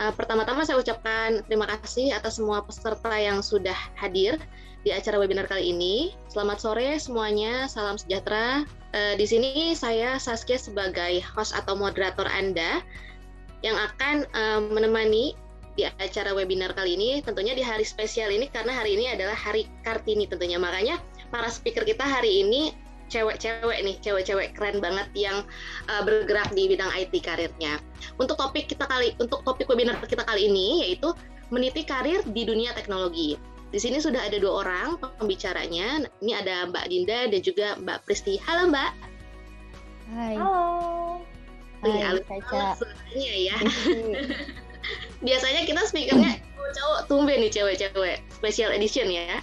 Pertama-tama saya ucapkan terima kasih atas semua peserta yang sudah hadir di acara webinar kali ini. Selamat sore semuanya, salam sejahtera. Di sini saya Saskia sebagai host atau moderator Anda yang akan menemani di acara webinar kali ini, tentunya di hari spesial ini karena hari ini adalah Hari Kartini tentunya. Makanya para speaker kita hari ini cewek-cewek keren banget yang bergerak di bidang IT karirnya. Untuk topik webinar kita kali ini yaitu meniti karir di dunia teknologi. Di sini sudah ada 2 orang pembicaranya. Ini ada Mbak Dinda dan juga Mbak Pristi. Halo Mbak. Hai. Halo. Hai Caca. Suaranya ya. Biasanya kita speakernya cowok, tumben nih cewek-cewek. Special edition ya.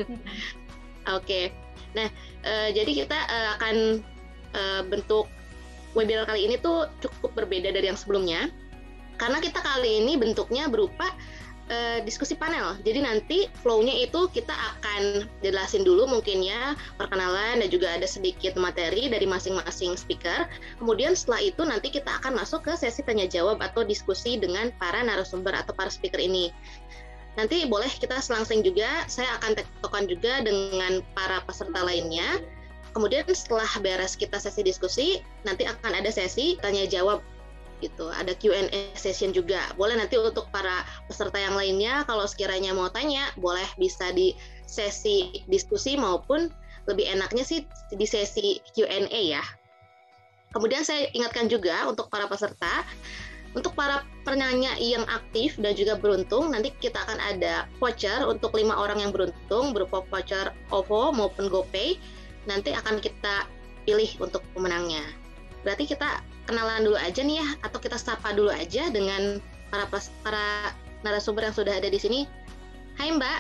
Oke. Nah, jadi kita akan bentuk webinar kali ini tuh cukup berbeda dari yang sebelumnya, karena kita kali ini bentuknya berupa diskusi panel. Jadi nanti flow-nya itu kita akan jelasin dulu mungkin ya, perkenalan dan juga ada sedikit materi dari masing-masing speaker. Kemudian setelah itu nanti kita akan masuk ke sesi tanya-jawab atau diskusi dengan para narasumber atau para speaker ini. Nanti boleh kita selang-seling juga, saya akan tektokan juga dengan para peserta lainnya. Kemudian setelah beres kita sesi diskusi, nanti akan ada sesi tanya-jawab gitu. Ada Q&A session juga. Boleh nanti untuk para peserta yang lainnya, kalau sekiranya mau tanya, boleh bisa di sesi diskusi maupun lebih enaknya sih di sesi Q&A ya. Kemudian saya ingatkan juga untuk para peserta, untuk para penanya yang aktif dan juga beruntung, nanti kita akan ada voucher untuk 5 orang yang beruntung berupa voucher OVO maupun GoPay. Nanti akan kita pilih untuk pemenangnya. Berarti kita kenalan dulu aja nih ya, atau kita sapa dulu aja dengan para narasumber yang sudah ada di sini. Hai Mbak.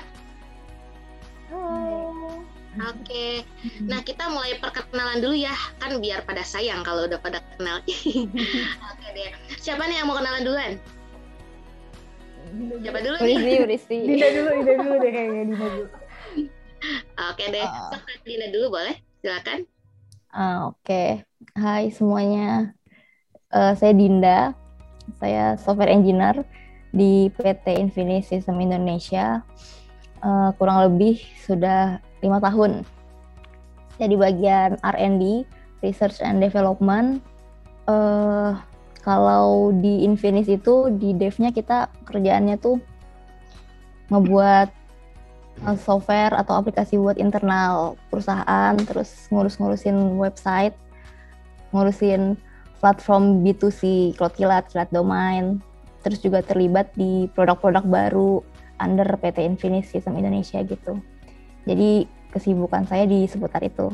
Halo. Oke, nah kita mulai perkenalan dulu ya, kan biar pada sayang kalau udah pada kenal. Oke deh, siapa nih yang mau kenalan duluan? Siapa dulu nih? Pristi. Dinda dulu deh kayaknya, Dinda dulu. Oke deh, Dinda dulu boleh, silakan. Oke. Hai semuanya, saya Dinda, saya software engineer di PT Infinity System Indonesia. Kurang lebih sudah 5 tahun. Saya di bagian R&D, Research and Development. Kalau di Infinis itu, di dev-nya kita kerjaannya tuh ngebuat software atau aplikasi buat internal perusahaan, terus ngurus-ngurusin website, ngurusin platform B2C, cloud kilat domain, terus juga terlibat di produk-produk baru under PT Infinity System Indonesia gitu. Jadi kesibukan saya di seputar itu.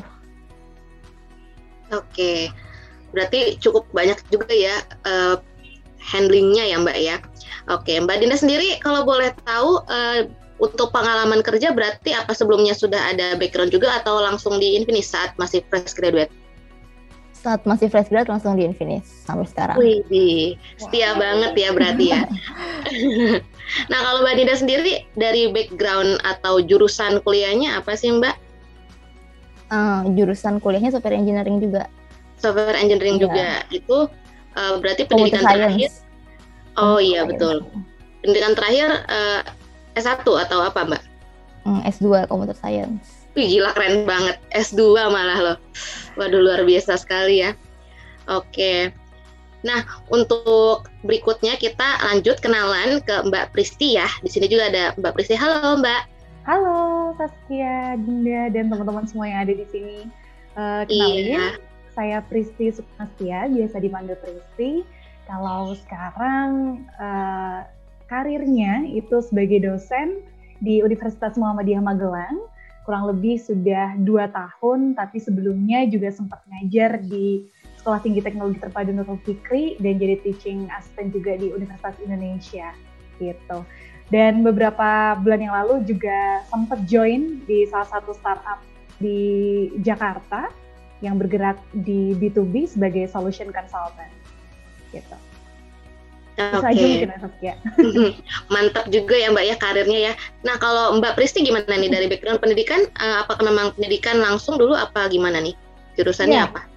Oke, berarti cukup banyak juga ya handlingnya ya Mbak ya. Oke, Mbak Dinda sendiri kalau boleh tahu untuk pengalaman kerja berarti apa sebelumnya sudah ada background juga atau langsung di Infinity saat masih fresh graduate? Saat masih fresh grad langsung di Infinity sampai sekarang. Wih, setia banget ya berarti ya. Nah kalau Mbak Dinda sendiri dari background atau jurusan kuliahnya apa sih Mbak? Jurusan kuliahnya software engineering juga. Software engineering juga, itu berarti Computer pendidikan terakhir? Oh iya science. betul. Pendidikan terakhir S1 atau apa Mbak? S2 Computer Science. Wih gila keren banget, S2 malah loh. Waduh luar biasa sekali ya. Oke. Nah, untuk berikutnya kita lanjut kenalan ke Mbak Pristi ya. Di sini juga ada Mbak Pristi. Halo Mbak. Halo Saskia, Dinda, dan teman-teman semua yang ada di sini. Kenalin, saya Pristi Sukmastia, biasa dipanggil Pristi. Kalau sekarang karirnya itu sebagai dosen di Universitas Muhammadiyah Magelang. Kurang lebih sudah 2 tahun, tapi sebelumnya juga sempat ngajar di Sekolah Tinggi Teknologi Terpadu Nurul Fikri dan jadi teaching assistant juga di Universitas Indonesia gitu. Dan beberapa bulan yang lalu juga sempat join di salah satu startup di Jakarta yang bergerak di B2B sebagai solution consultant gitu. Oke. Ya. Mantap juga ya Mbak ya karirnya ya. Nah kalau Mbak Pristi gimana nih dari background pendidikan? Apakah memang pendidikan langsung dulu apa gimana nih? Jurusannya apa?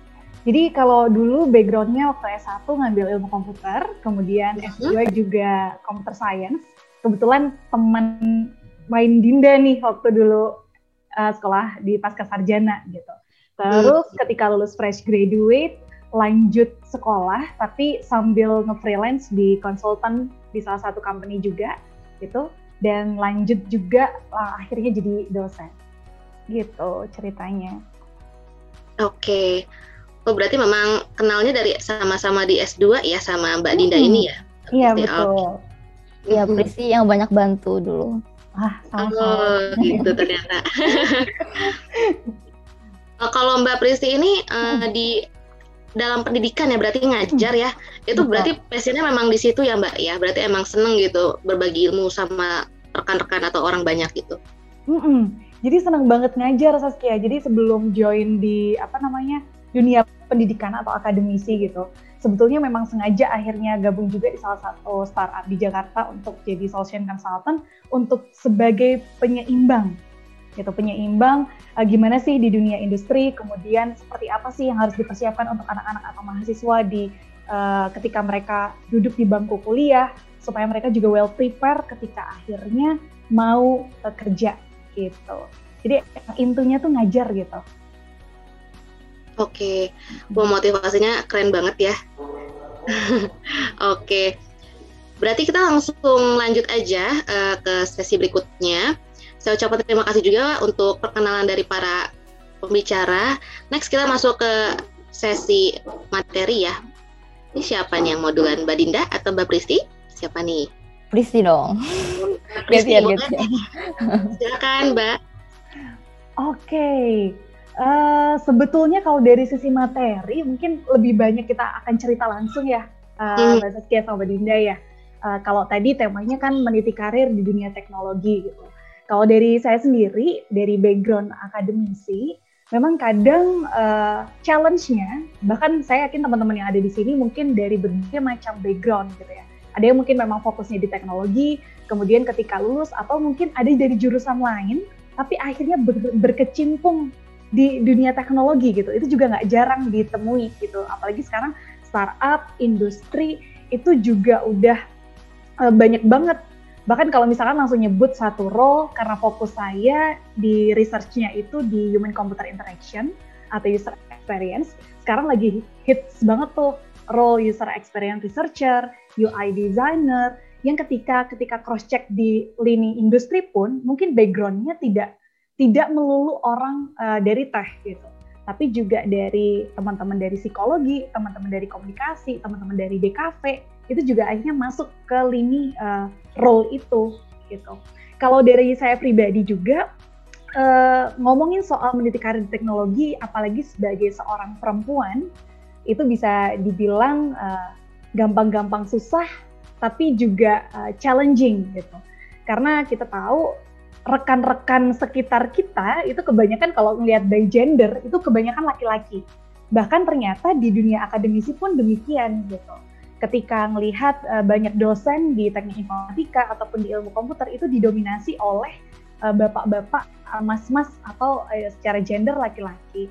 Jadi kalau dulu background-nya waktu S1 ngambil ilmu komputer, kemudian S2 juga computer science. Kebetulan teman main Dinda nih waktu dulu sekolah di pasca sarjana gitu. Terus ketika lulus fresh graduate, lanjut sekolah tapi sambil nge-freelance di konsultan di salah satu company juga gitu. Dan lanjut juga akhirnya jadi dosen. Gitu ceritanya. Oke. Oh, berarti memang kenalnya dari sama-sama di S2 ya sama Mbak Dinda ini ya? Iya, betul. Iya, Prisi yang banyak bantu dulu. Sama-sama. Oh, gitu ternyata. Kalau Mbak Prisi ini di dalam pendidikan ya, berarti ngajar ya. Itu berarti passionnya memang di situ ya Mbak ya? Berarti emang seneng gitu berbagi ilmu sama rekan-rekan atau orang banyak gitu? Jadi seneng banget ngajar, Saskia. Jadi sebelum join di dunia pendidikan atau akademisi gitu, sebetulnya memang sengaja akhirnya gabung juga di salah satu startup di Jakarta untuk jadi solution consultant untuk sebagai penyeimbang gitu, gimana sih di dunia industri, kemudian seperti apa sih yang harus dipersiapkan untuk anak-anak atau mahasiswa di ketika mereka duduk di bangku kuliah supaya mereka juga well prepare ketika akhirnya mau kerja gitu. Jadi intinya tuh ngajar gitu. Oke, motivasinya keren banget ya. Oke, berarti kita langsung lanjut aja ke sesi berikutnya. Saya ucapkan terima kasih juga untuk perkenalan dari para pembicara. Next kita masuk ke sesi materi ya. Ini siapa nih yang mau duluan, Mbak Dinda atau Mbak Pristi? Siapa nih? Pristi dong. Pristi, silakan Mbak. Oke. Sebetulnya kalau dari sisi materi mungkin lebih banyak kita akan cerita langsung ya, Mbak Saskia sama Mbak Dinda ya. Kalau tadi temanya kan meniti karir di dunia teknologi gitu. Kalau dari saya sendiri, dari background akademisi, memang kadang challenge-nya, bahkan saya yakin teman-teman yang ada di sini mungkin dari berbagai macam background gitu ya. Ada yang mungkin memang fokusnya di teknologi, kemudian ketika lulus, atau mungkin ada dari jurusan lain, tapi akhirnya berkecimpung di dunia teknologi gitu. Itu juga nggak jarang ditemui gitu. Apalagi sekarang startup, industri, itu juga udah banyak banget. Bahkan kalau misalkan langsung nyebut satu role, karena fokus saya di research-nya itu di human computer interaction atau user experience, sekarang lagi hits banget tuh role user experience researcher, UI designer, yang ketika cross check di lini industri pun mungkin background-nya tidak melulu orang dari tech gitu, tapi juga dari teman-teman dari psikologi, teman-teman dari komunikasi, teman-teman dari DKV, itu juga akhirnya masuk ke lini role itu gitu. Kalau dari saya pribadi juga ngomongin soal meniti karir di teknologi, apalagi sebagai seorang perempuan, itu bisa dibilang gampang-gampang susah, tapi juga challenging gitu. Karena kita tahu rekan-rekan sekitar kita itu kebanyakan kalau melihat by gender itu kebanyakan laki-laki. Bahkan ternyata di dunia akademisi pun demikian gitu. Ketika melihat banyak dosen di teknik informatika ataupun di ilmu komputer itu didominasi oleh bapak-bapak, mas-mas atau secara gender laki-laki.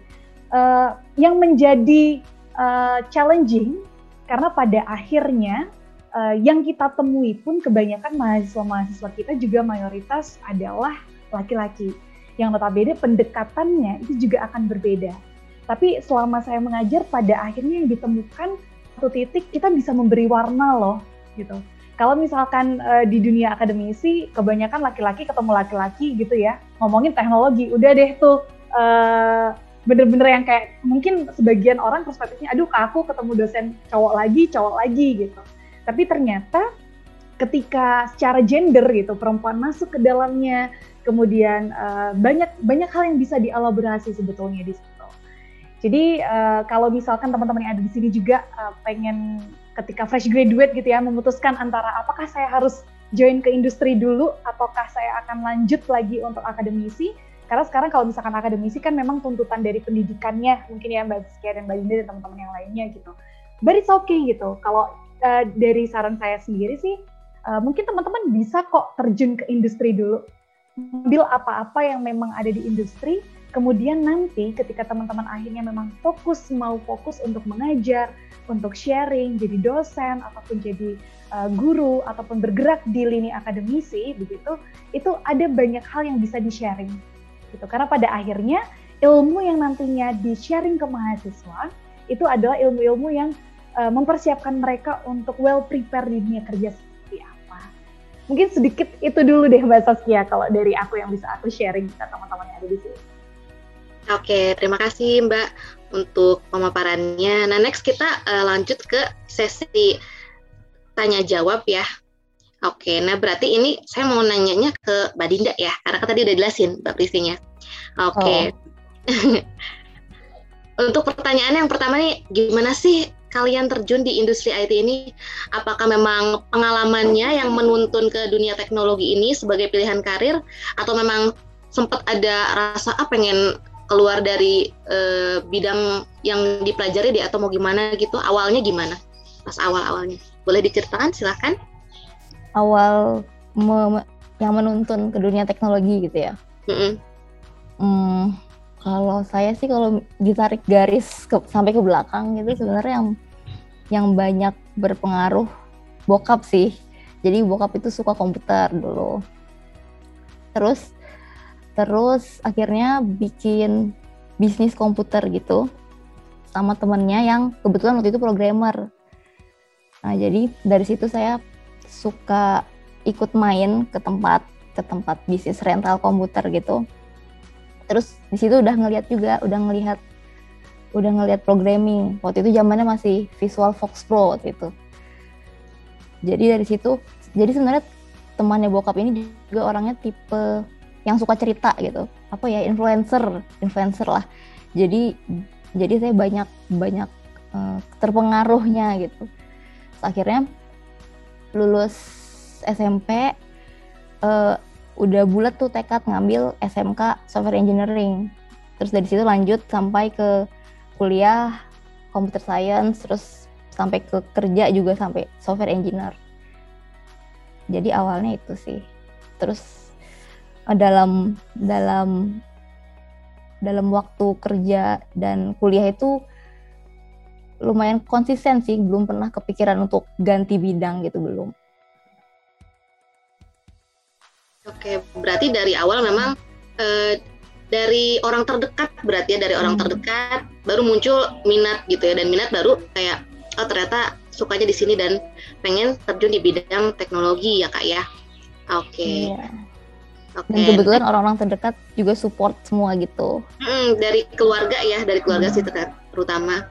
Yang menjadi challenging karena pada akhirnya yang kita temui pun kebanyakan mahasiswa-mahasiswa kita juga mayoritas adalah laki-laki. Yang notabene pendekatannya itu juga akan berbeda. Tapi selama saya mengajar, pada akhirnya yang ditemukan satu titik kita bisa memberi warna loh gitu. Kalau misalkan di dunia akademisi kebanyakan laki-laki ketemu laki-laki gitu ya, ngomongin teknologi, udah deh tuh bener-bener yang kayak mungkin sebagian orang perspektifnya, aduh aku ketemu dosen cowok lagi gitu. Tapi ternyata ketika secara gender gitu, perempuan masuk ke dalamnya, kemudian banyak hal yang bisa dielaborasi sebetulnya di situ. Jadi kalau misalkan teman-teman yang ada di sini juga pengen ketika fresh graduate gitu ya, memutuskan antara apakah saya harus join ke industri dulu, ataukah saya akan lanjut lagi untuk akademisi. Karena sekarang kalau misalkan akademisi kan memang tuntutan dari pendidikannya, mungkin ya Mbak Zkia dan Mbak Dinda dan teman-teman yang lainnya gitu. But it's okay gitu, kalau dari saran saya sendiri sih, mungkin teman-teman bisa kok terjun ke industri dulu. Ambil apa-apa yang memang ada di industri, kemudian nanti ketika teman-teman akhirnya memang mau fokus untuk mengajar, untuk sharing, jadi dosen, ataupun jadi guru, ataupun bergerak di lini akademisi, begitu, itu ada banyak hal yang bisa di-sharing. Gitu. Karena pada akhirnya ilmu yang nantinya di-sharing ke mahasiswa, itu adalah ilmu-ilmu yang mempersiapkan mereka untuk well prepare di dunia kerja seperti apa. Mungkin sedikit itu dulu deh Mbak Saskia, kalau dari aku yang bisa aku sharing ke teman-teman yang ada di sini. Oke, terima kasih Mbak untuk pemaparannya. Nah, next kita lanjut ke sesi tanya jawab ya. Oke, nah berarti ini saya mau nanyanya ke Mbak Dinda ya, karena kan tadi udah jelasin Mbak Pristinya. Oke. Untuk pertanyaan yang pertama nih, gimana sih kalian terjun di industri IT ini? Apakah memang pengalamannya yang menuntun ke dunia teknologi ini sebagai pilihan karir, atau memang sempat ada rasa pengen keluar dari bidang yang dipelajari atau mau gimana gitu? Awalnya gimana? Pas awal-awalnya. Boleh diceritakan, silakan. Awal yang menuntun ke dunia teknologi gitu ya. Kalau saya sih kalau ditarik garis sampai ke belakang gitu, sebenarnya yang banyak berpengaruh bokap sih. Jadi bokap itu suka komputer dulu. Terus akhirnya bikin bisnis komputer gitu sama temennya yang kebetulan waktu itu programmer. Nah, jadi dari situ saya suka ikut main ke tempat bisnis rental komputer gitu. Terus di situ udah ngelihat programming. Waktu itu zamannya masih Visual Fox Pro waktu itu. Jadi dari situ, sebenarnya temannya bokap ini juga orangnya tipe yang suka cerita gitu. Apa ya, influencer lah. Jadi saya banyak terpengaruhnya gitu. Akhirnya lulus SMP udah bulat tuh tekad ngambil SMK Software Engineering. Terus dari situ lanjut sampai ke kuliah Computer Science, terus sampai ke kerja juga sampai Software Engineer. Jadi awalnya itu sih. Terus dalam waktu kerja dan kuliah itu lumayan konsisten sih, belum pernah kepikiran untuk ganti bidang gitu, belum. Oke, berarti dari awal memang dari orang terdekat berarti ya, dari orang terdekat baru muncul minat gitu ya, dan minat baru kayak ternyata sukanya di sini dan pengen terjun di bidang teknologi ya Kak ya. Oke. Iya. Oke. Dan kebetulan orang-orang terdekat juga support semua gitu. Dari keluarga ya, dari keluarga sih terutama.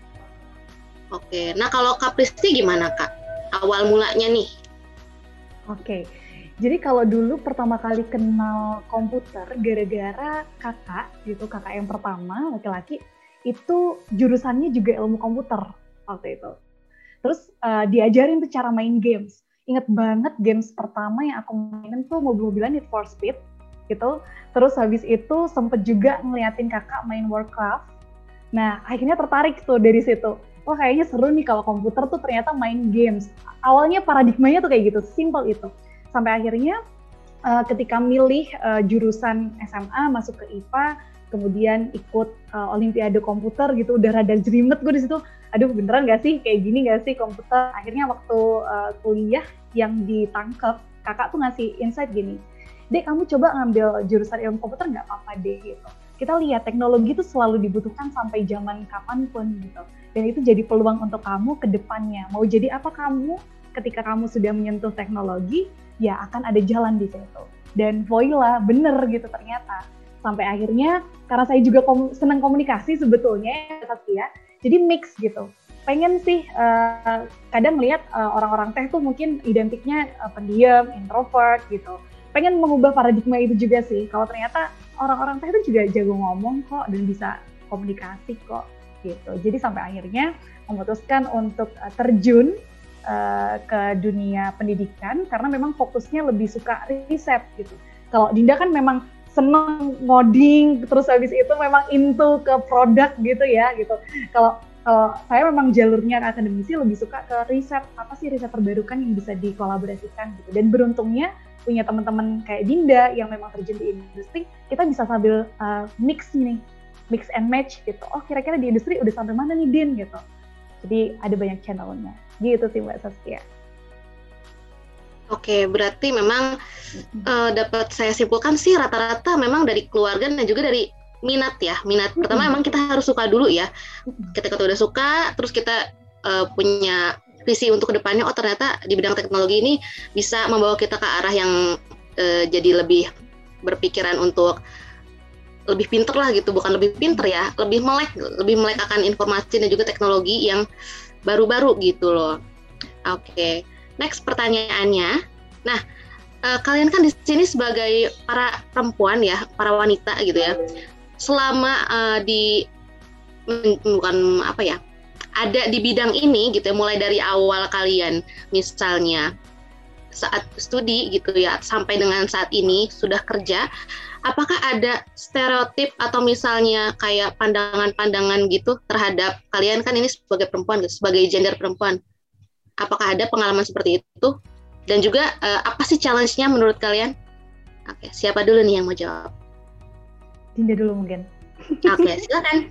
Oke, nah kalau Kak Pristi gimana Kak? Awal mulanya nih. Oke, jadi kalau dulu pertama kali kenal komputer gara-gara kakak yang pertama laki-laki, itu jurusannya juga ilmu komputer waktu itu. Terus diajarin tuh cara main games. Ingat banget games pertama yang aku mainin tuh mobil-mobilan Need for Speed gitu. Terus habis itu sempet juga ngeliatin kakak main Warcraft. Nah, akhirnya tertarik tuh dari situ. Wah, kayaknya seru nih kalau komputer tuh ternyata main games. Awalnya paradigmanya tuh kayak gitu, simple itu. Sampai akhirnya ketika milih jurusan SMA, masuk ke IPA, kemudian ikut Olimpiade komputer gitu, udah rada jerimet gue di situ. Aduh, beneran nggak sih kayak gini nggak sih komputer? Akhirnya waktu kuliah yang ditangkep, kakak tuh ngasih insight gini, Dek, kamu coba ngambil jurusan ilmu komputer nggak apa-apa deh gitu. Kita lihat teknologi itu selalu dibutuhkan sampai zaman kapanpun gitu. Dan itu jadi peluang untuk kamu ke depannya. Mau jadi apa kamu ketika kamu sudah menyentuh teknologi, ya akan ada jalan di situ. Dan voila, bener gitu ternyata. Sampai akhirnya, karena saya juga senang komunikasi sebetulnya, ya, jadi mix gitu. Pengen sih, kadang melihat orang-orang teh tuh mungkin identiknya pendiam, introvert gitu. Pengen mengubah paradigma itu juga sih. Kalau ternyata orang-orang teh itu juga jago ngomong kok dan bisa komunikasi kok gitu. Jadi sampai akhirnya memutuskan untuk terjun ke dunia pendidikan karena memang fokusnya lebih suka riset gitu. Kalau Dinda kan memang seneng ngoding, terus habis itu memang into ke produk gitu ya gitu. Kalau Saya memang jalurnya akademisi lebih suka ke riset, apa sih riset terbarukan yang bisa dikolaborasikan gitu. Dan beruntungnya punya teman-teman kayak Dinda yang memang terjun di industri, kita bisa sambil mix and match gitu. Oh kira-kira di industri udah sampai mana nih Din gitu. Jadi ada banyak channelnya. Gitu sih Mbak Saskia. Oke, berarti memang dapat saya simpulkan sih rata-rata memang dari keluarga dan juga dari minat ya. Minat pertama memang kita harus suka dulu ya. Ketika kita udah suka, terus kita punya visi untuk kedepannya, oh ternyata di bidang teknologi ini bisa membawa kita ke arah yang jadi lebih berpikiran untuk lebih pinter lah gitu, bukan lebih pinter ya, lebih melek akan informasi dan juga teknologi yang baru-baru gitu loh. Oke. Next pertanyaannya, nah kalian kan di sini sebagai para perempuan ya, para wanita gitu ya, selama ada di bidang ini gitu ya, mulai dari awal kalian misalnya saat studi gitu ya, sampai dengan saat ini sudah kerja, apakah ada stereotip atau misalnya kayak pandangan-pandangan gitu terhadap kalian kan ini sebagai perempuan gitu, sebagai gender perempuan? Apakah ada pengalaman seperti itu? Dan juga apa sih challenge-nya menurut kalian? Oke, siapa dulu nih yang mau jawab? Dinda dulu mungkin. Oke, silakan.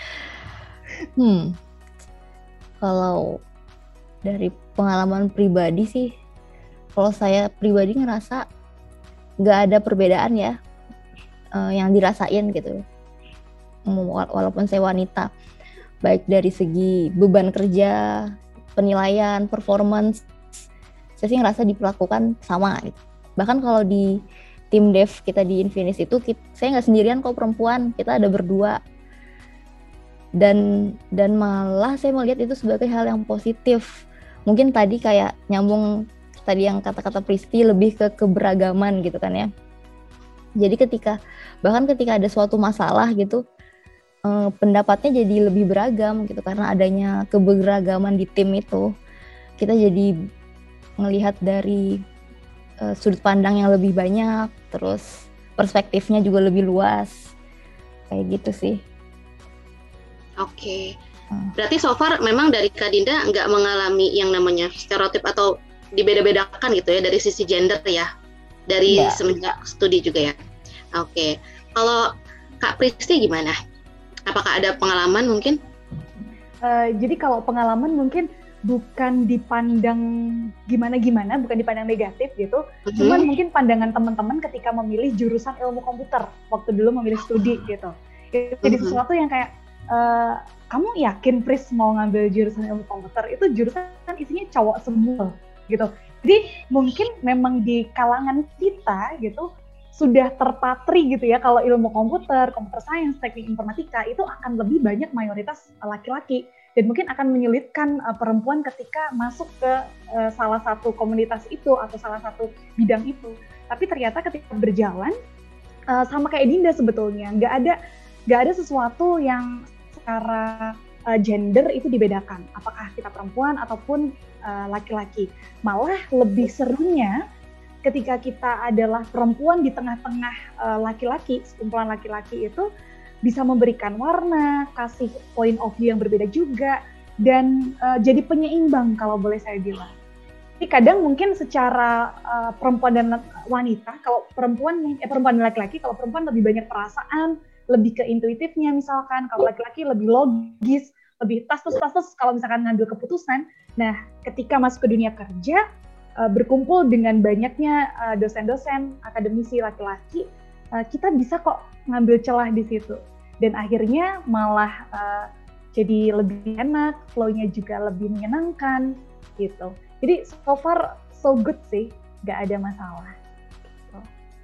Kalau dari pengalaman pribadi sih, kalau saya pribadi ngerasa nggak ada perbedaan ya yang dirasain gitu. Walaupun saya wanita, baik dari segi beban kerja, penilaian, performance, saya sih ngerasa diperlakukan sama gitu. Bahkan kalau di tim dev kita di Infinis itu, saya nggak sendirian kok perempuan, kita ada berdua. Dan malah saya melihat itu sebagai hal yang positif. Mungkin tadi kayak nyambung tadi yang kata-kata Pristi lebih ke keberagaman gitu kan ya. Jadi bahkan ketika ada suatu masalah gitu, pendapatnya jadi lebih beragam gitu karena adanya keberagaman di tim itu. Kita jadi melihat dari sudut pandang yang lebih banyak, terus perspektifnya juga lebih luas. Kayak gitu sih. Oke. Berarti so far memang dari Kak Dinda nggak mengalami yang namanya stereotip atau dibeda-bedakan gitu ya dari sisi gender ya. Dari semenjak studi juga ya. Oke. Kalau Kak Pristi gimana? Apakah ada pengalaman mungkin? Jadi kalau pengalaman mungkin bukan dipandang gimana-gimana, bukan dipandang negatif gitu. Cuman mungkin pandangan teman-teman ketika memilih jurusan ilmu komputer waktu dulu memilih studi gitu. Jadi sesuatu yang kayak kamu yakin Pris mau ngambil jurusan ilmu komputer? Itu jurusan kan isinya cowok semua gitu. Jadi mungkin memang di kalangan kita gitu sudah terpatri gitu ya, kalau ilmu komputer science, teknik informatika itu akan lebih banyak mayoritas laki-laki dan mungkin akan menyulitkan perempuan ketika masuk ke salah satu komunitas itu atau salah satu bidang itu. Tapi ternyata ketika berjalan sama kayak Dinda sebetulnya, nggak ada sesuatu yang secara gender itu dibedakan, apakah kita perempuan ataupun laki-laki. Malah lebih serunya ketika kita adalah perempuan di tengah-tengah laki-laki, sekumpulan laki-laki itu bisa memberikan warna, kasih point of view yang berbeda juga, dan jadi penyeimbang kalau boleh saya bilang. Jadi kadang mungkin secara perempuan dan wanita, kalau perempuan dan laki-laki, kalau perempuan lebih banyak perasaan, lebih ke intuitifnya misalkan, kalau laki-laki lebih logis, lebih tas kalau misalkan ngambil keputusan. Nah, ketika masuk ke dunia kerja, berkumpul dengan banyaknya dosen-dosen, akademisi laki-laki, kita bisa kok ngambil celah di situ. Dan akhirnya malah jadi lebih enak, flow-nya juga lebih menyenangkan gitu. Jadi so far so good sih, nggak ada masalah. Gitu.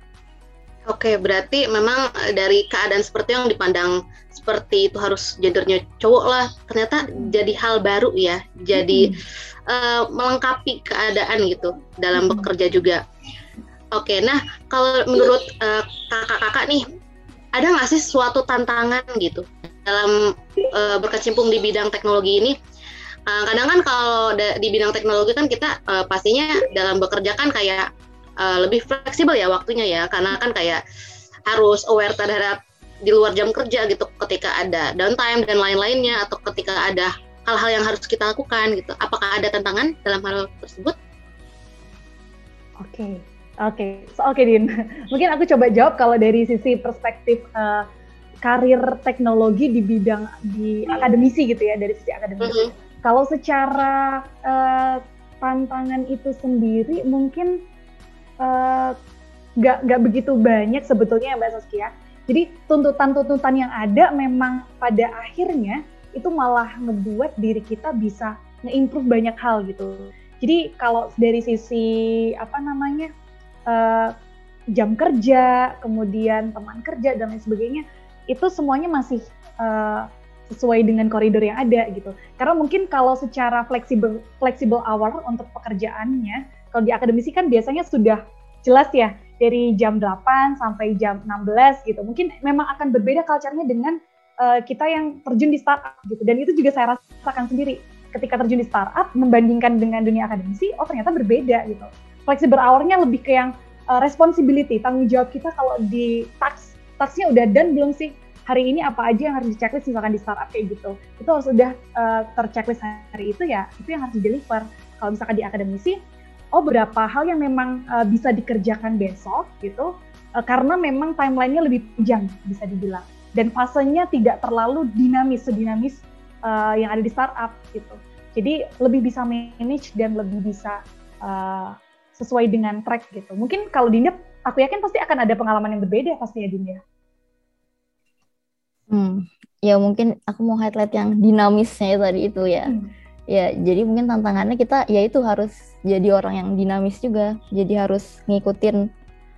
Oke, berarti memang dari keadaan seperti yang dipandang seperti itu harus gendernya cowok lah, ternyata jadi hal baru ya, jadi melengkapi keadaan gitu dalam bekerja juga. Oke, nah kalau menurut kakak-kakak nih, ada nggak sih suatu tantangan gitu dalam berkecimpung di bidang teknologi ini? Kadang kan kalau di bidang teknologi kan kita pastinya dalam bekerja kan kayak lebih fleksibel ya waktunya ya, karena kan kayak harus aware terhadap di luar jam kerja gitu, ketika ada downtime dan lain-lainnya, atau ketika ada hal-hal yang harus kita lakukan gitu. Apakah ada tantangan dalam hal tersebut? Oke, Din. Mungkin aku coba jawab kalau dari sisi perspektif karir teknologi di bidang di akademisi gitu ya, dari sisi akademisi. Kalau secara tantangan itu sendiri mungkin nggak begitu banyak sebetulnya Mbak Saskia. Jadi tuntutan-tuntutan yang ada memang pada akhirnya itu malah ngebuat diri kita bisa nge-improve banyak hal gitu. Jadi kalau dari sisi jam kerja, kemudian teman kerja dan lain sebagainya, itu semuanya masih sesuai dengan koridor yang ada gitu. Karena mungkin kalau secara fleksibel hour untuk pekerjaannya, kalau di akademisi kan biasanya sudah jelas ya, dari jam 8 sampai jam 16 gitu. Mungkin memang akan berbeda culture-nya dengan kita yang terjun di startup gitu. Dan itu juga saya rasakan sendiri. Ketika terjun di startup, membandingkan dengan dunia akademisi, oh ternyata berbeda gitu. Flexible hour-nya lebih ke yang responsibility, tanggung jawab kita kalau di task-nya udah done belum sih? Hari ini apa aja yang harus di-checklist misalkan di startup kayak gitu. Itu harus udah ter-checklist hari itu ya, itu yang harus di-deliver. Kalau misalkan di akademisi, beberapa hal yang memang bisa dikerjakan besok gitu, karena memang timeline-nya lebih panjang bisa dibilang. Dan fasenya tidak terlalu sedinamis yang ada di startup gitu. Jadi lebih bisa manage dan lebih bisa sesuai dengan track gitu. Mungkin kalau Dinda, aku yakin pasti akan ada pengalaman yang berbeda pasti ya Dinda. Ya mungkin aku mau highlight yang dinamisnya tadi itu ya. Ya jadi mungkin tantangannya kita ya itu harus jadi orang yang dinamis juga. Jadi harus ngikutin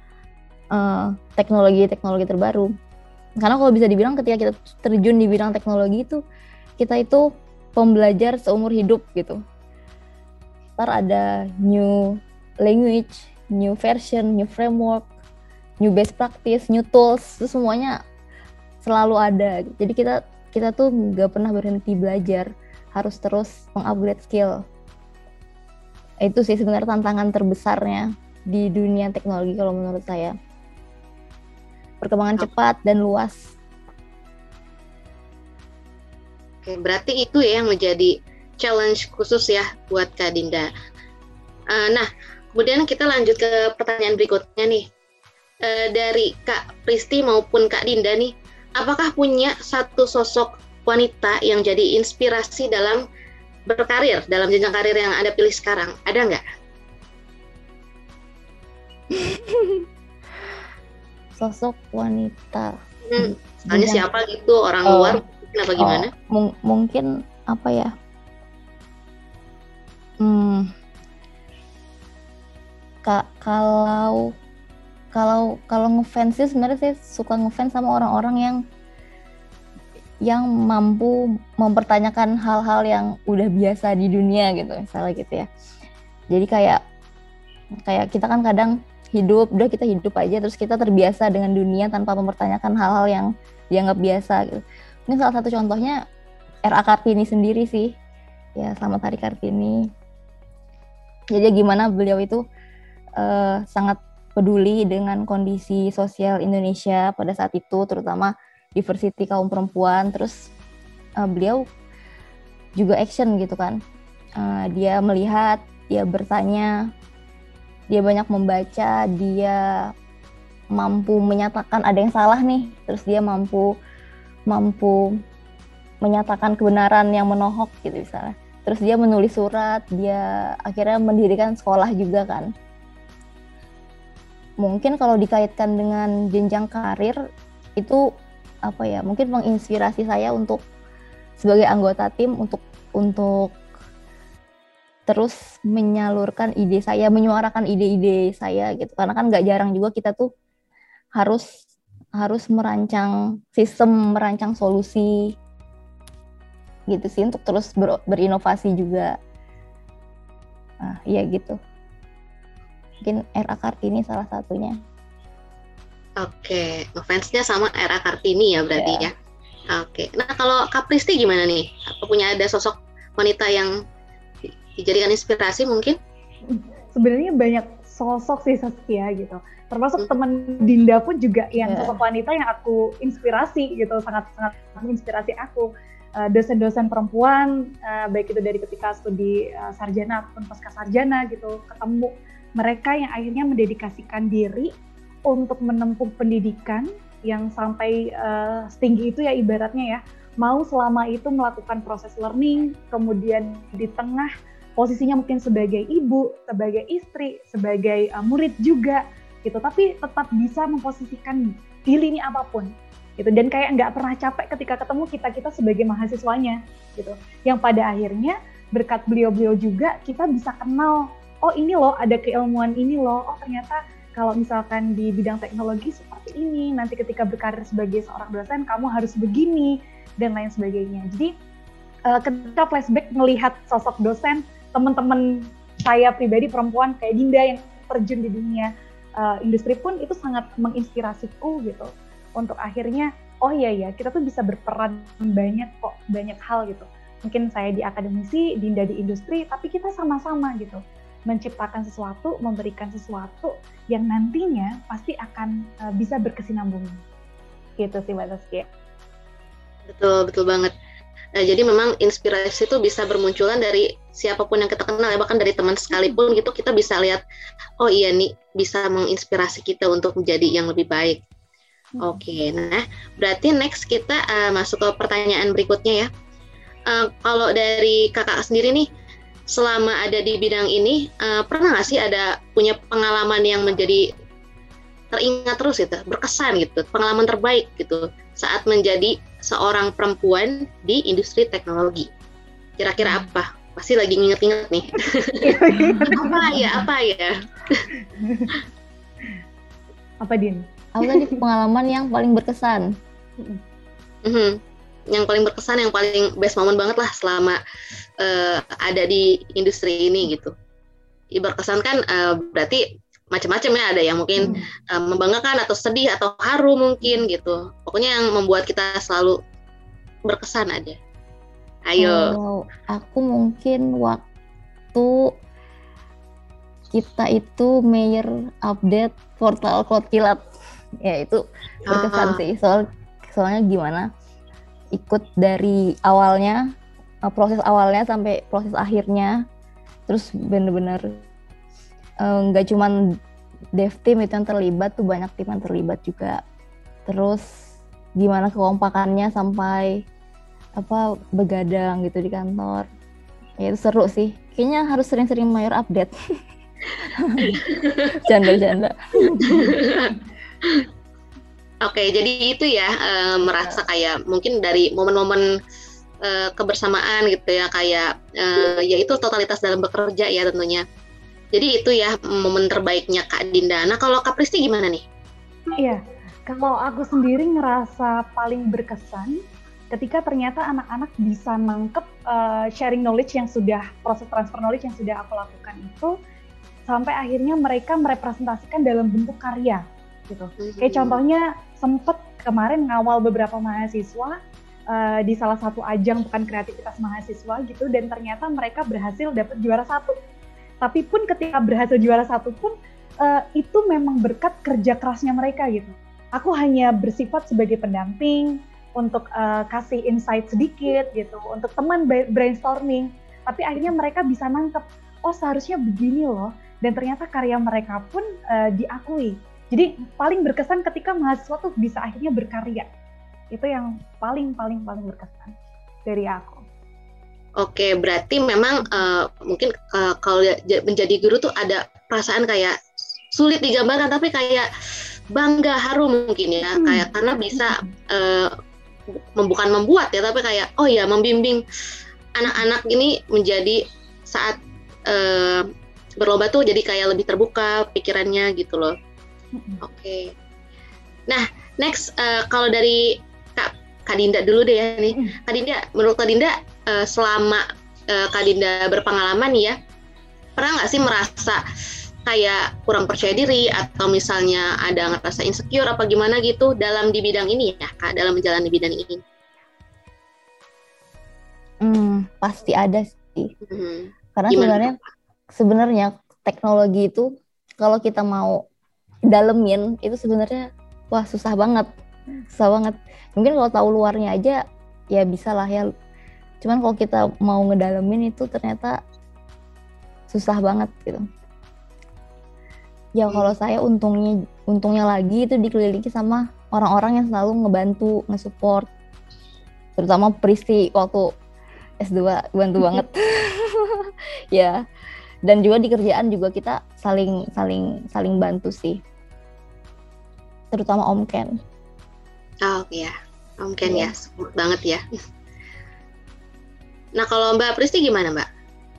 teknologi terbaru. Karena kalau bisa dibilang ketika kita terjun di bidang teknologi itu, kita itu pembelajar seumur hidup gitu. Ntar ada new language, new version, new framework, new best practice, new tools, itu semuanya selalu ada. Jadi kita tuh nggak pernah berhenti belajar, harus terus mengupgrade skill. Itu sih sebenarnya tantangan terbesarnya di dunia teknologi kalau menurut saya. Perkembangan cepat dan luas. Oke, berarti itu ya yang menjadi challenge khusus ya buat Kak Dinda. Nah, kemudian kita lanjut ke pertanyaan berikutnya nih. Dari Kak Pristi maupun Kak Dinda nih, apakah punya satu sosok wanita yang jadi inspirasi dalam berkarir, dalam jenjang karir yang Anda pilih sekarang? Ada nggak? Sosok wanita. Misalnya siapa gitu, orang luar apa gimana? Mungkin apa ya? Kalau ngefans sih sebenarnya saya suka ngefans sama orang-orang yang mampu mempertanyakan hal-hal yang udah biasa di dunia gitu, misalnya gitu ya. Jadi kayak kita kan kadang udah kita hidup aja terus kita terbiasa dengan dunia tanpa mempertanyakan hal-hal yang dianggap biasa gitu. Ini salah satu contohnya R.A. Kartini sendiri sih. Ya, Selamat Hari Kartini. Jadi gimana beliau itu sangat peduli dengan kondisi sosial Indonesia pada saat itu, terutama diversity kaum perempuan. Terus beliau juga action gitu kan. Dia melihat, dia bertanya, dia banyak membaca, dia mampu menyatakan ada yang salah nih, terus dia mampu menyatakan kebenaran yang menohok gitu misalnya. Terus dia menulis surat, dia akhirnya mendirikan sekolah juga kan. Mungkin kalau dikaitkan dengan jenjang karir itu apa ya? Mungkin menginspirasi saya untuk sebagai anggota tim untuk terus menyalurkan ide saya, menyuarakan ide-ide saya gitu. Karena kan nggak jarang juga kita tuh harus merancang sistem, merancang solusi gitu sih untuk terus berinovasi juga. Nah, iya gitu. Mungkin R.A. Kartini salah satunya. Oke, ngefansnya sama R.A. Kartini ya berarti ya. Oke, nah kalau Kak Pristi gimana nih? Apa punya ada sosok wanita yang dijadikan inspirasi mungkin? sebenarnya banyak sosok sih Saskia gitu. Termasuk teman Dinda pun juga yang sosok wanita yang aku inspirasi gitu, sangat-sangat menginspirasi aku. Dosen-dosen perempuan, baik itu dari ketika studi sarjana ataupun pasca sarjana gitu, ketemu mereka yang akhirnya mendedikasikan diri untuk menempuh pendidikan yang sampai setinggi itu ya ibaratnya ya, mau selama itu melakukan proses learning, kemudian di tengah posisinya mungkin sebagai ibu, sebagai istri, sebagai murid juga gitu, tapi tetap bisa memposisikan di lini apapun gitu, dan kayak nggak pernah capek ketika ketemu kita sebagai mahasiswanya gitu, yang pada akhirnya berkat beliau-beliau juga kita bisa kenal, oh ini loh ada keilmuan ini loh, oh ternyata kalau misalkan di bidang teknologi seperti ini, nanti ketika berkarir sebagai seorang dosen kamu harus begini dan lain sebagainya. Jadi ketika flashback melihat sosok dosen, teman-teman saya pribadi perempuan kayak Dinda yang terjun di dunia industri pun itu sangat menginspirasiku gitu, untuk akhirnya oh iya kita tuh bisa berperan banyak kok, banyak hal gitu. Mungkin saya di akademisi, Dinda di industri, tapi kita sama-sama gitu menciptakan sesuatu, memberikan sesuatu yang nantinya pasti akan bisa berkesinambungan. Gitu sih Mbak Saskia. Betul banget. Nah, jadi memang inspirasi itu bisa bermunculan dari siapapun yang kita kenal ya, bahkan dari teman sekalipun gitu, kita bisa lihat, oh iya nih bisa menginspirasi kita untuk menjadi yang lebih baik. Oke, nah berarti next kita masuk ke pertanyaan berikutnya ya. Kalau dari kakak sendiri nih, selama ada di bidang ini, pernah nggak sih ada punya pengalaman yang menjadi teringat terus gitu, berkesan gitu, pengalaman terbaik gitu saat menjadi seorang perempuan di industri teknologi? Kira-kira apa? Pasti lagi nginget-nginget nih. Apa ya? Apa Din? Aku tadi pengalaman yang paling berkesan. Yang paling berkesan, yang paling best moment banget lah selama ada di industri ini gitu. Berkesan kan berarti macam-macam ya, ada yang mungkin membanggakan atau sedih atau haru mungkin gitu. Pokoknya yang membuat kita selalu berkesan aja. Ayo. Aku mungkin waktu kita itu mayor update portal Cloud Kilat. Ya itu berkesan sih, soalnya gimana ikut dari awalnya, proses awalnya sampai proses akhirnya, terus bener-bener nggak cuman dev team itu yang terlibat, tuh banyak tim yang terlibat juga. Terus gimana kekompakannya sampai begadang gitu di kantor. Ya itu seru sih. Kayaknya harus sering-sering mayor update. Canda. Oke, jadi itu ya, merasa kayak mungkin dari momen-momen kebersamaan gitu ya, kayak yaitu totalitas dalam bekerja ya tentunya. Jadi itu ya momen terbaiknya Kak Dinda. Nah kalau Kak Pristi gimana nih? Iya, kalau aku sendiri ngerasa paling berkesan ketika ternyata anak-anak bisa nangkep sharing knowledge yang sudah, proses transfer knowledge yang sudah aku lakukan itu, sampai akhirnya mereka merepresentasikan dalam bentuk karya gitu. Kayak contohnya sempet kemarin ngawal beberapa mahasiswa di salah satu ajang pekan kreativitas mahasiswa gitu, dan ternyata mereka berhasil dapat juara 1. Tapi pun ketika berhasil juara 1 pun itu memang berkat kerja kerasnya mereka gitu. Aku hanya bersifat sebagai pendamping untuk kasih insight sedikit gitu, untuk teman brainstorming. Tapi akhirnya mereka bisa nangkep, oh seharusnya begini loh. Dan ternyata karya mereka pun diakui. Jadi paling berkesan ketika mahasiswa tuh bisa akhirnya berkarya. Itu yang paling berkesan dari aku. Oke, berarti memang mungkin kalau menjadi guru tuh ada perasaan kayak sulit digambarkan, tapi kayak bangga, haru mungkin ya, kayak karena bisa bukan membuat ya, tapi kayak oh ya membimbing anak-anak ini menjadi saat berlomba tuh jadi kayak lebih terbuka pikirannya gitu loh. Oke. Nah, next kalau dari Kak Dinda dulu deh ya nih. Kak Dinda, menurut Kak Dinda selama Kak Dinda berpengalaman ya, pernah nggak sih merasa kayak kurang percaya diri atau misalnya ada ngerasa insecure apa gimana gitu di bidang ini ya Kak, dalam menjalani bidang ini? Pasti ada sih. Karena sebenarnya teknologi itu kalau kita mau dalemin itu sebenarnya wah susah banget. Mungkin kalau tahu luarnya aja ya bisa lah ya. Cuman kalau kita mau ngedalemin itu ternyata susah banget gitu. Ya kalau saya untungnya lagi itu dikelilingi sama orang-orang yang selalu ngebantu, nge-support. Terutama Pristi waktu S2 bantu banget. Ya. Dan juga di kerjaan juga kita saling bantu sih. Terutama Om Ken. Oh iya, Om Ken ya, support banget ya. Nah kalau Mbak Pristi gimana Mbak?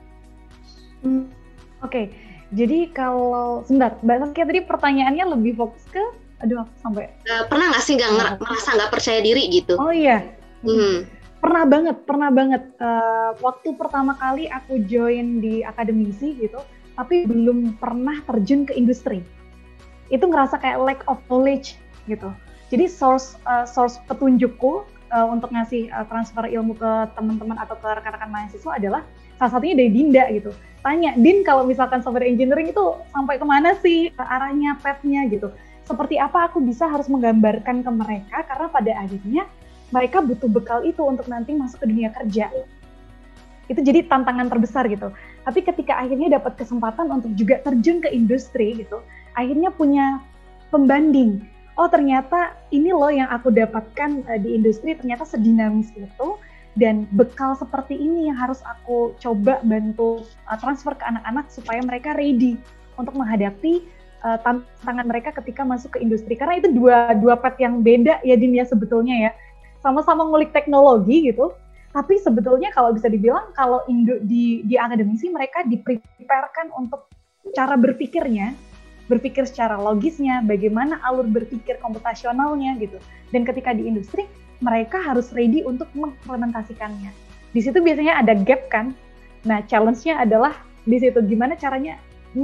Oke, jadi kalau sebentar, Mbak Saskia tadi pertanyaannya lebih fokus ke, aduh aku sampai pernah nggak sih merasa nggak percaya diri gitu? Oh iya, pernah banget. Waktu pertama kali aku join di akademisi gitu, tapi belum pernah terjun ke industri. Itu ngerasa kayak lack of knowledge gitu. Jadi source petunjukku untuk ngasih transfer ilmu ke teman-teman atau ke rekan-rekan mahasiswa adalah salah satunya dari Dinda gitu. Tanya, Din kalau misalkan software engineering itu sampai kemana sih arahnya, path-nya gitu. Seperti apa aku bisa harus menggambarkan ke mereka karena pada akhirnya mereka butuh bekal itu untuk nanti masuk ke dunia kerja. Itu jadi tantangan terbesar gitu. Tapi ketika akhirnya dapat kesempatan untuk juga terjun ke industri gitu, akhirnya punya pembanding. Oh ternyata ini loh yang aku dapatkan di industri ternyata sedinamis itu. Dan bekal seperti ini yang harus aku coba bantu transfer ke anak-anak supaya mereka ready untuk menghadapi tantangan mereka ketika masuk ke industri. Karena itu dua path yang beda ya Din ya sebetulnya ya. Sama-sama ngulik teknologi gitu. Tapi sebetulnya kalau bisa dibilang kalau di akademisi mereka di-prepare-kan untuk cara berpikirnya, berpikir secara logisnya, bagaimana alur berpikir komputasionalnya gitu. Dan ketika di industri mereka harus ready untuk mengimplementasikannya. Di situ biasanya ada gap kan. Nah, challenge-nya adalah di situ gimana caranya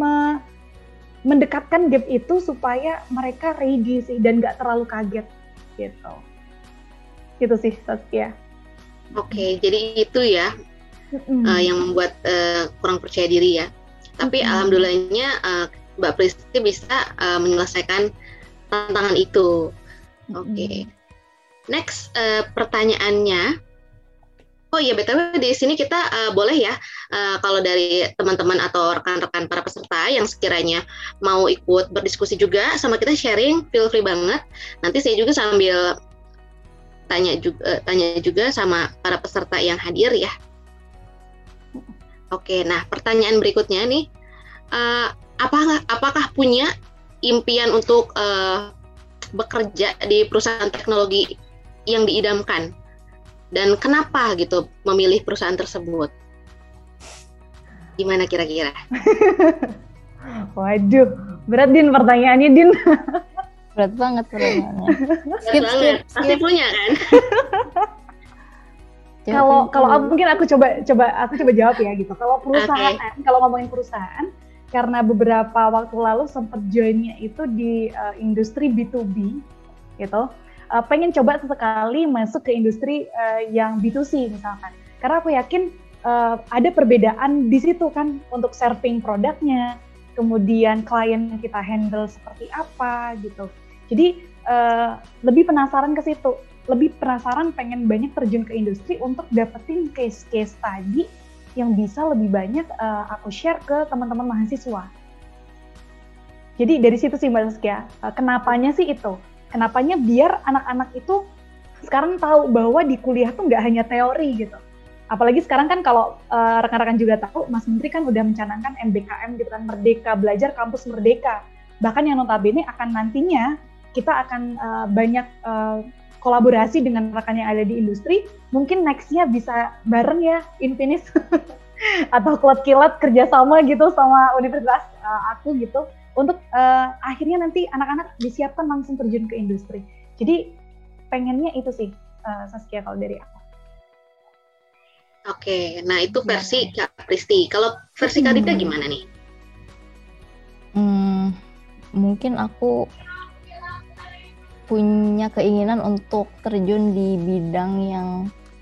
mendekatkan gap itu supaya mereka ready sih dan nggak terlalu kaget gitu. Gitu sih Saskia. Oke, jadi itu ya yang membuat kurang percaya diri ya. Tapi alhamdulillahnya Mbak Pristi bisa menyelesaikan tantangan itu. Oke. Next pertanyaannya, oh iya BTW di sini kita boleh ya kalau dari teman-teman atau rekan-rekan para peserta yang sekiranya mau ikut berdiskusi juga sama kita sharing, feel free banget. Nanti saya juga sambil tanya juga sama para peserta yang hadir ya. Oke, nah pertanyaan berikutnya nih, apakah punya impian untuk bekerja di perusahaan teknologi yang diidamkan dan kenapa gitu memilih perusahaan tersebut? Gimana kira-kira? Waduh, berat Din pertanyaannya Din. Berat banget pertanyaannya. Skip. Pasti punya kan? Kalau mungkin aku coba jawab ya gitu. Kalau perusahaan, kalau ngomongin perusahaan, karena beberapa waktu lalu sempat joinnya itu di industri B2B gitu. Pengen coba sesekali masuk ke industri yang B2C misalkan. Karena aku yakin ada perbedaan di situ kan untuk serving produknya, kemudian klien yang kita handle seperti apa gitu. Jadi lebih penasaran ke situ, lebih penasaran pengen banyak terjun ke industri untuk dapetin case-case tadi yang bisa lebih banyak aku share ke teman-teman mahasiswa. Jadi dari situ sih Mbak Saskia, kenapanya sih itu? Kenapanya biar anak-anak itu sekarang tahu bahwa di kuliah tuh nggak hanya teori gitu. Apalagi sekarang kan kalau rekan-rekan juga tahu, Mas Menteri kan udah mencanangkan MBKM gitu kan, Merdeka Belajar Kampus Merdeka. Bahkan yang notabene akan nantinya kita akan banyak kolaborasi dengan rekan yang ada di industri, mungkin next-nya bisa bareng ya, Infinis atau kilat-kilat kerjasama gitu sama universitas aku gitu, untuk akhirnya nanti anak-anak disiapkan langsung terjun ke industri. Jadi pengennya itu sih Saskia kalau dari aku. Oke, nah itu versi Kak Pristi. Kalau versi Kak Dita gimana nih? Mungkin aku punya keinginan untuk terjun di bidang yang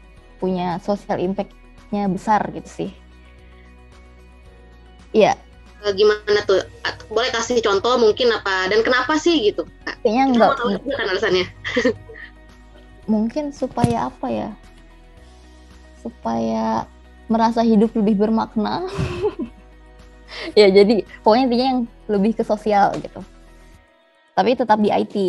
punya social impact-nya besar gitu sih. Iya, Gimana tuh? Boleh kasih contoh mungkin apa dan kenapa sih gitu? Kayaknya Kita enggak. mau tahu juga kan alasannya. Mungkin supaya apa ya? Supaya merasa hidup lebih bermakna. Ya jadi pokoknya intinya yang lebih ke sosial gitu. Tapi tetap di IT.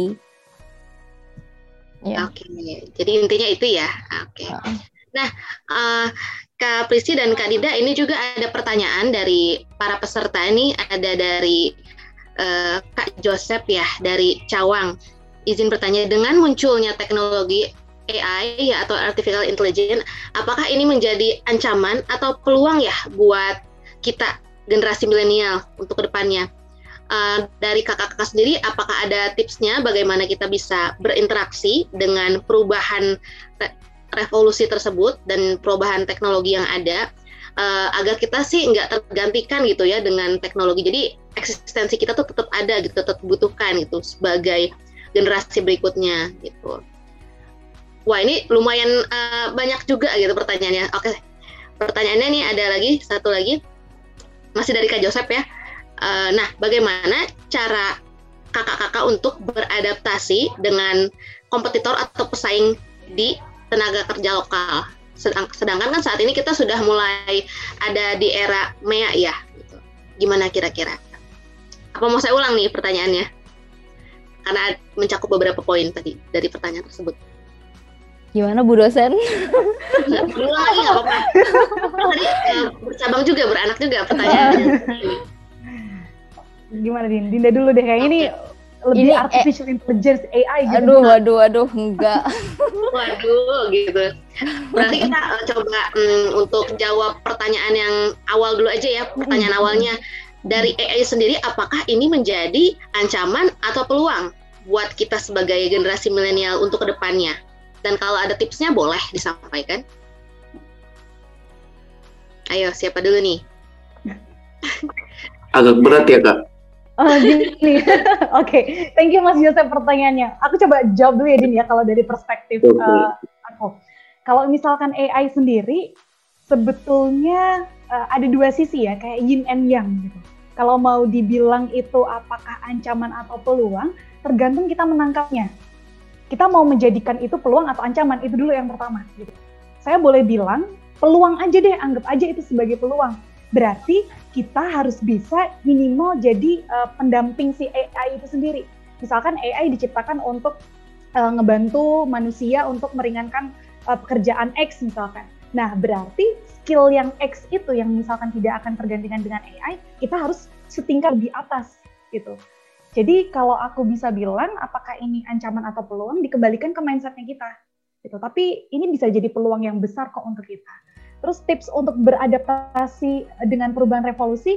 Ya. Oke, jadi intinya itu ya. Oke. Nah, Kak Prisi dan Kak Dida, ini juga ada pertanyaan dari para peserta. Ini ada dari Kak Joseph ya, dari Cawang. Izin bertanya, dengan munculnya teknologi AI ya, atau Artificial Intelligence, apakah ini menjadi ancaman atau peluang ya buat kita, generasi milenial, untuk kedepannya? Dari kakak-kakak sendiri, apakah ada tipsnya bagaimana kita bisa berinteraksi dengan perubahan revolusi tersebut dan perubahan teknologi yang ada, agar kita sih nggak tergantikan gitu ya dengan teknologi. Jadi eksistensi kita tuh tetap ada gitu, tetap butuhkan gitu sebagai generasi berikutnya gitu. Wah, ini lumayan banyak juga gitu pertanyaannya. Oke, pertanyaannya nih ada lagi, satu lagi, masih dari Kak Joseph ya. Nah, bagaimana cara kakak-kakak untuk beradaptasi dengan kompetitor atau pesaing di tenaga kerja lokal? Sedangkan kan saat ini kita sudah mulai ada di era MEA ya. Gitu. Gimana kira-kira? Apa mau saya ulang nih pertanyaannya? Karena mencakup beberapa poin tadi dari pertanyaan tersebut. Gimana Bu dosen? Ulang lagi nggak apa-apa. Tadi bercabang juga, beranak juga pertanyaannya. Gimana Dinda dulu deh, kayak ini lebih artificial intelligence AI gitu. Waduh, enggak. Waduh, gitu. Berarti kita coba untuk jawab pertanyaan yang awal dulu aja ya, pertanyaan awalnya. Dari AI sendiri, apakah ini menjadi ancaman atau peluang buat kita sebagai generasi milenial untuk kedepannya? Dan kalau ada tipsnya boleh disampaikan. Ayo, siapa dulu nih? Agak berat ya, Kak? Gini. Oke, thank you Mas Joseph pertanyaannya. Aku coba jawab dulu ya Din ya, kalau dari perspektif aku. Kalau misalkan AI sendiri, sebetulnya ada dua sisi ya, kayak yin and yang gitu. Kalau mau dibilang itu apakah ancaman atau peluang, tergantung kita menangkapnya. Kita mau menjadikan itu peluang atau ancaman, itu dulu yang pertama. Gitu. Saya boleh bilang, peluang aja deh, anggap aja itu sebagai peluang. Berarti kita harus bisa minimal jadi pendamping si AI itu sendiri. Misalkan AI diciptakan untuk ngebantu manusia untuk meringankan pekerjaan X misalkan. Nah, berarti skill yang X itu yang misalkan tidak akan tergantikan dengan AI, kita harus setingkat di atas gitu. Jadi kalau aku bisa bilang apakah ini ancaman atau peluang, dikembalikan ke mindsetnya kita. Gitu. Tapi ini bisa jadi peluang yang besar kok untuk kita. Terus tips untuk beradaptasi dengan perubahan revolusi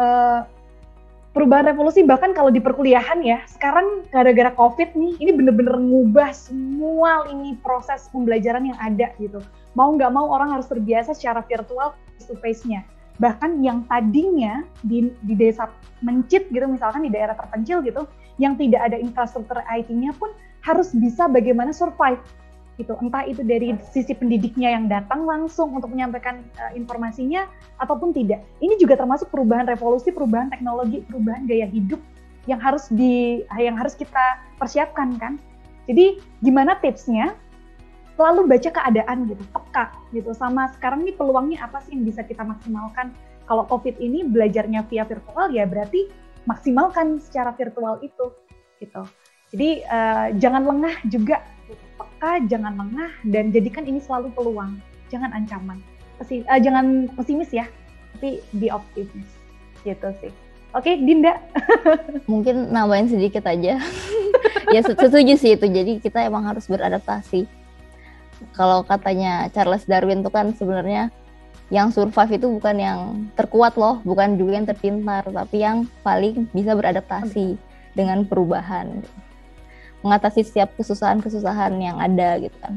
bahkan kalau di perkuliahan ya, sekarang gara-gara COVID nih, ini bener-bener ngubah semua ini proses pembelajaran yang ada gitu. Mau nggak mau orang harus terbiasa secara virtual face to face-nya. Bahkan yang tadinya di desa mencit gitu, misalkan di daerah terpencil gitu, yang tidak ada infrastruktur IT-nya pun harus bisa bagaimana survive. Gitu, entah itu dari sisi pendidiknya yang datang langsung untuk menyampaikan informasinya ataupun tidak. Ini juga termasuk perubahan revolusi, perubahan teknologi, perubahan gaya hidup yang harus kita persiapkan kan. Jadi gimana tipsnya? Selalu baca keadaan gitu, peka gitu, sama sekarang nih peluangnya apa sih yang bisa kita maksimalkan. Kalau COVID ini belajarnya via virtual ya berarti maksimalkan secara virtual itu gitu. Jadi jangan lengah juga. Peka, jangan lengah, dan jadikan ini selalu peluang, jangan ancaman. Jangan pesimis ya, tapi be optimis, gitu sih. Oke, Dinda. Mungkin nambahin sedikit aja. Ya setuju sih itu, jadi kita emang harus beradaptasi. Kalau katanya Charles Darwin itu kan sebenarnya yang survive itu bukan yang terkuat loh, bukan juga yang terpintar, tapi yang paling bisa beradaptasi dengan perubahan. Mengatasi setiap kesusahan-kesusahan yang ada gitu kan.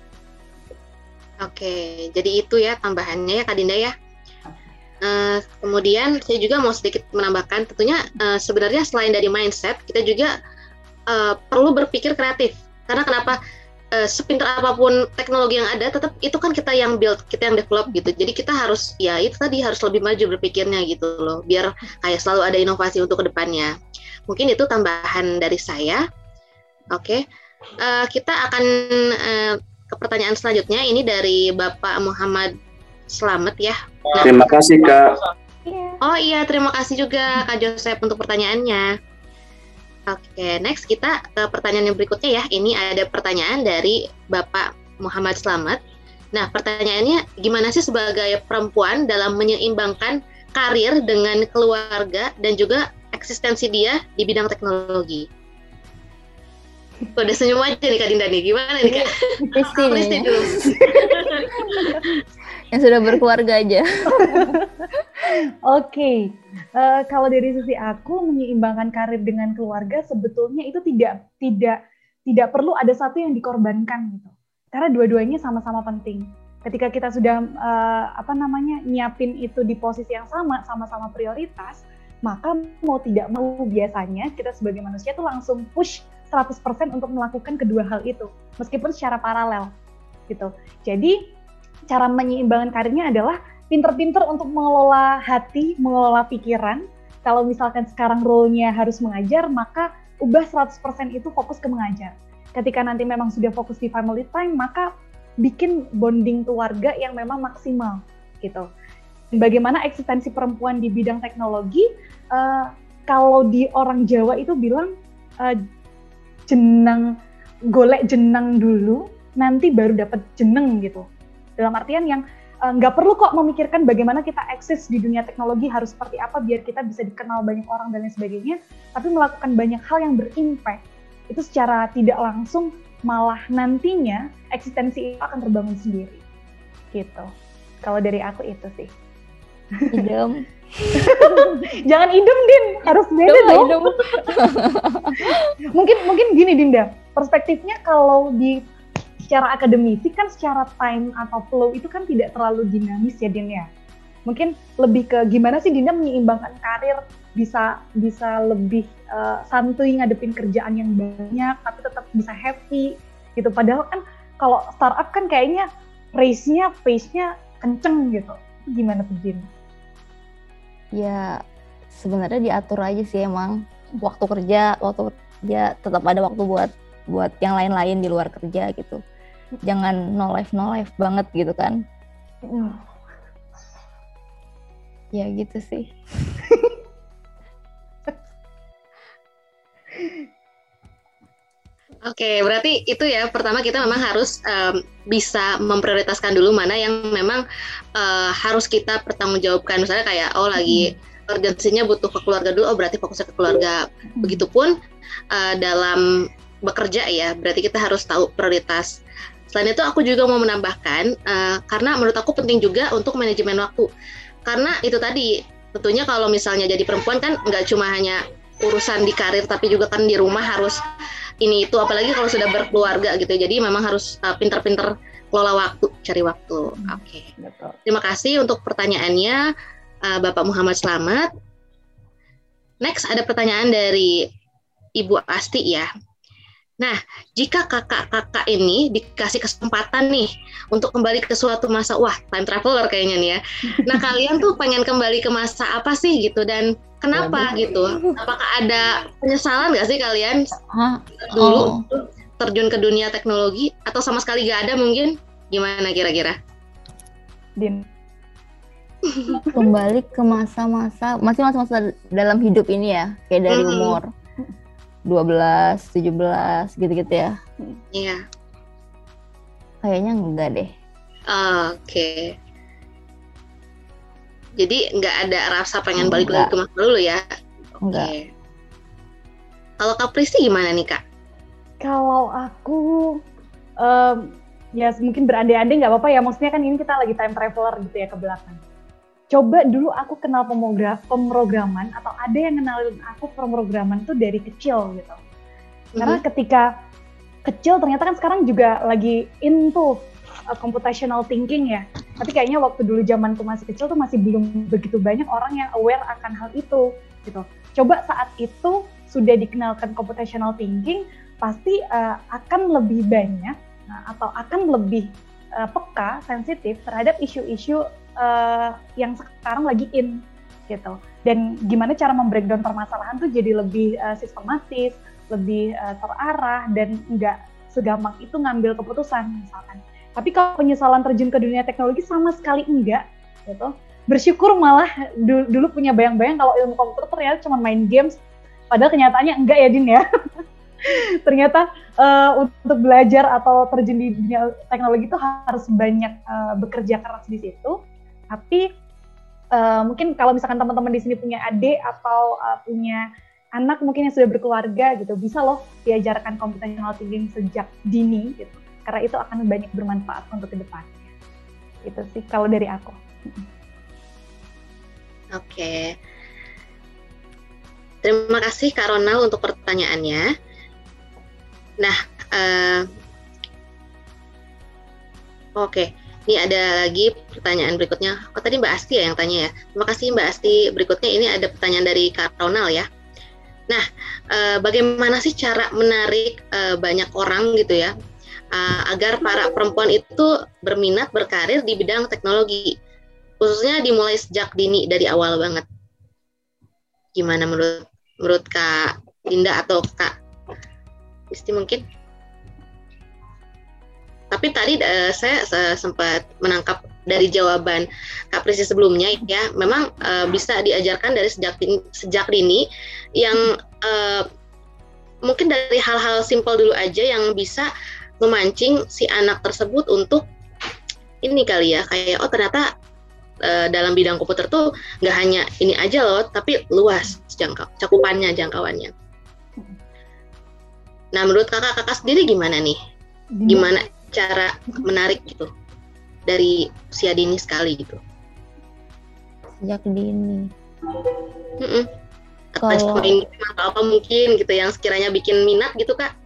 Oke, jadi itu ya tambahannya ya Kak Dinda ya. Kemudian saya juga mau sedikit menambahkan, tentunya sebenarnya selain dari mindset, kita juga perlu berpikir kreatif. Karena kenapa? sepintar apapun teknologi yang ada, tetap itu kan kita yang build, kita yang develop gitu. Jadi kita harus, ya itu tadi, harus lebih maju berpikirnya gitu loh, biar kayak selalu ada inovasi untuk kedepannya. Mungkin itu tambahan dari saya. Oke, kita akan ke pertanyaan selanjutnya. Ini dari Bapak Muhammad Slamet ya. Nah, terima kasih Kak. Oh iya, terima kasih juga Kak Joseph untuk pertanyaannya. Oke, next kita ke pertanyaan yang berikutnya ya. Ini ada pertanyaan dari Bapak Muhammad Slamet. Nah, pertanyaannya, gimana sih sebagai perempuan dalam menyeimbangkan karir dengan keluarga dan juga eksistensi dia di bidang teknologi? Udah senyum aja nih Kak Dinda nih. Gimana nih Kak? Pristi dulu. yang sudah berkeluarga aja. Oke. Kalau dari sisi aku, menyeimbangkan karir dengan keluarga sebetulnya itu tidak perlu ada satu yang dikorbankan gitu. Karena dua-duanya sama-sama penting. Ketika kita sudah nyiapin itu di posisi yang sama-sama prioritas, maka mau tidak mau biasanya kita sebagai manusia tuh langsung push 100% untuk melakukan kedua hal itu, meskipun secara paralel gitu. Jadi cara menyeimbangkan karirnya adalah pinter-pinter untuk mengelola hati, mengelola pikiran. Kalau misalkan sekarang role-nya harus mengajar, maka ubah 100% itu fokus ke mengajar. Ketika nanti memang sudah fokus di family time, maka bikin bonding keluarga yang memang maksimal gitu. Bagaimana eksistensi perempuan di bidang teknologi? Kalau di orang Jawa itu bilang golek jenang dulu, nanti baru dapat jeneng gitu. Dalam artian yang nggak perlu kok memikirkan bagaimana kita eksis di dunia teknologi harus seperti apa biar kita bisa dikenal banyak orang dan lain sebagainya, tapi melakukan banyak hal yang berimpact. Itu secara tidak langsung malah nantinya eksistensi itu akan terbangun sendiri. Gitu. Kalau dari aku itu sih. Idem. Jangan idem, Din. Harus beda dong. Mungkin gini, Dinda. Perspektifnya kalau di secara akademisi kan secara time atau flow itu kan tidak terlalu dinamis ya, Din ya. Mungkin lebih ke gimana sih Dinda menyeimbangkan karir, bisa lebih santuy ngadepin kerjaan yang banyak tapi tetap bisa happy gitu. Padahal kan kalau startup kan kayaknya pace-nya kenceng gitu. Gimana tuh, Din? Ya sebenarnya diatur aja sih emang. Waktu kerja tetap ada waktu buat yang lain-lain di luar kerja gitu. Jangan no life banget gitu kan. Ya gitu sih. Oke, berarti itu ya, pertama kita memang harus bisa memprioritaskan dulu mana yang memang harus kita pertanggungjawabkan. Misalnya kayak lagi urgensinya butuh ke keluarga dulu, berarti fokusnya ke keluarga. Begitupun dalam bekerja ya, berarti kita harus tahu prioritas. Selain itu aku juga mau menambahkan, karena menurut aku penting juga untuk manajemen waktu. Karena itu tadi, tentunya kalau misalnya jadi perempuan kan nggak cuma hanya urusan di karir, tapi juga kan di rumah harus ini itu, apalagi kalau sudah berkeluarga gitu. Jadi memang harus pinter-pinter kelola waktu, cari waktu. Oke. Terima kasih untuk pertanyaannya, Bapak Muhammad Slamet. Next ada pertanyaan dari Ibu Asti ya. Nah, jika kakak-kakak ini dikasih kesempatan nih untuk kembali ke suatu masa, wah time traveler kayaknya nih ya. Nah, kalian tuh pengen kembali ke masa apa sih gitu, dan kenapa gitu? Apakah ada penyesalan nggak sih kalian dulu terjun ke dunia teknologi, atau sama sekali nggak ada mungkin? Gimana kira-kira? Din. Kembali ke masa-masa, masih masa-masa dalam hidup ini ya, kayak dari umur 12, 17 gitu-gitu ya. Iya. Kayaknya enggak deh. Oke. Jadi nggak ada rasa pengen balik lagi ke masa dulu ya? Enggak. Kalau Kak Pristi gimana nih Kak? Kalau aku ya mungkin berandai-andai nggak apa-apa ya. Maksudnya kan ini kita lagi time traveler gitu ya ke belakang. Coba dulu aku kenal pemrograman, atau ada yang kenalin aku pemrograman tuh dari kecil gitu. Karena ketika kecil ternyata kan sekarang juga lagi into computational thinking ya. Tapi kayaknya waktu dulu zamanku masih kecil tuh masih belum begitu banyak orang yang aware akan hal itu gitu. Coba saat itu sudah dikenalkan computational thinking, pasti akan lebih banyak atau akan lebih peka, sensitif terhadap isu-isu yang sekarang lagi in gitu. Dan gimana cara membreakdown permasalahan tuh jadi lebih sistematis, lebih terarah, dan nggak segampang itu ngambil keputusan misalkan. Tapi kalau penyesalan terjun ke dunia teknologi sama sekali enggak gitu. Bersyukur malah dulu punya bayang-bayang kalau ilmu komputer ternyata cuma main games, padahal kenyataannya enggak ya Din ya. Ternyata untuk belajar atau terjun di dunia teknologi itu harus banyak bekerja keras di situ. Tapi mungkin kalau misalkan teman-teman di sini punya adik atau punya anak mungkin yang sudah berkeluarga gitu, bisa loh diajarkan computational thinking sejak dini gitu. Karena itu akan banyak bermanfaat untuk ke depannya. Itu sih kalau dari aku. Oke. Terima kasih Kak Ronald untuk pertanyaannya. Nah, oke. Ini ada lagi pertanyaan berikutnya. Oh, tadi Mbak Asti ya yang tanya ya. Terima kasih Mbak Asti. Berikutnya ini ada pertanyaan dari Kak Ronald ya. Nah, bagaimana sih cara menarik banyak orang gitu ya, agar para perempuan itu berminat berkarir di bidang teknologi, khususnya dimulai sejak dini dari awal banget. Gimana menurut Kak Dinda atau Kak Isti mungkin? Tapi tadi saya sempat menangkap dari jawaban Kak Prisi sebelumnya ya, memang bisa diajarkan dari sejak dini yang mungkin dari hal-hal simpel dulu aja yang bisa memancing si anak tersebut untuk ini kali ya, kayak oh ternyata dalam bidang komputer tuh nggak hanya ini aja loh, tapi luas cakupannya, jangkauannya. Nah, menurut kakak sendiri gimana nih? Gimana cara menarik gitu dari usia dini sekali gitu? Sejak dini. Kalau main game atau apa mungkin gitu yang sekiranya bikin minat gitu Kak?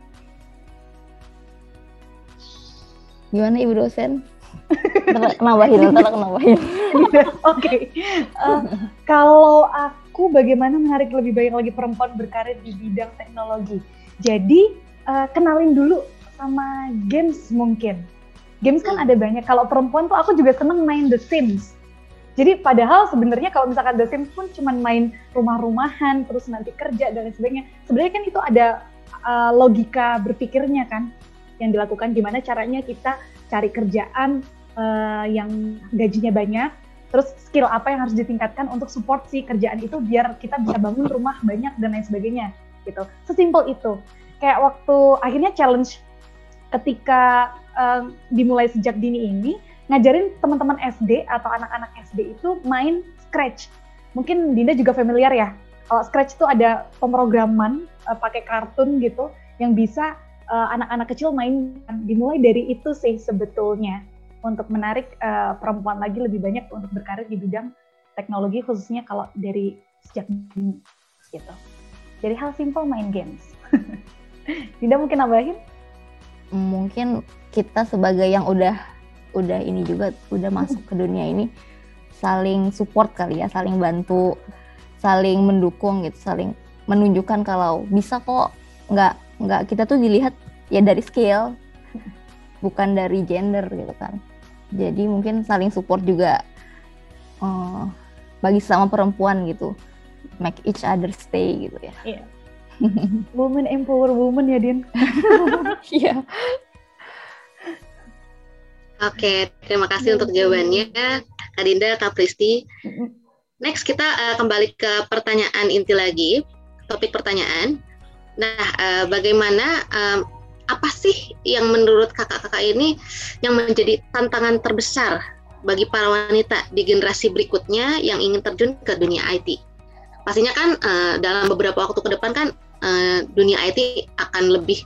Gimana Ibu dosen? Nambahin. Oke. Kalau aku bagaimana menarik lebih banyak lagi perempuan berkarir di bidang teknologi. Jadi kenalin dulu sama games mungkin. Games kan ada banyak. Kalau perempuan tuh aku juga seneng main The Sims. Jadi padahal sebenarnya kalau misalkan The Sims pun cuma main rumah-rumahan, terus nanti kerja dan lain sebagainya. Sebenarnya kan itu ada logika berpikirnya kan yang dilakukan, gimana caranya kita cari kerjaan yang gajinya banyak, terus skill apa yang harus ditingkatkan untuk support si kerjaan itu biar kita bisa bangun rumah banyak dan lain sebagainya gitu. Sesimpel itu. Kayak waktu akhirnya challenge ketika dimulai sejak dini ini, ngajarin teman-teman SD atau anak-anak SD itu main Scratch. Mungkin Dinda juga familiar ya. Kalau Scratch itu ada pemrograman pakai kartun gitu yang bisa anak-anak kecil main. Dimulai dari itu sih sebetulnya untuk menarik perempuan lagi lebih banyak untuk berkarir di bidang teknologi, khususnya kalau dari sejak dini gitu. Jadi hal simpel main games. Dinda mungkin nambahin? Mungkin kita sebagai yang udah ini juga udah masuk ke dunia ini saling support kali ya, saling bantu, saling mendukung gitu, saling menunjukkan kalau bisa kok, nggak kita tuh dilihat ya dari skill, bukan dari gender gitu kan. Jadi mungkin saling support juga bagi sama perempuan gitu, make each other stay gitu ya. Iya. Women empower women ya Din. Iya. Oke, terima kasih untuk jawabannya Kak Dinda, Kak Pristi. Next kita kembali ke pertanyaan inti lagi, topik pertanyaan. Nah, bagaimana apa sih yang menurut kakak-kakak ini yang menjadi tantangan terbesar bagi para wanita di generasi berikutnya yang ingin terjun ke dunia IT? Pastinya kan dalam beberapa waktu ke depan kan dunia IT akan lebih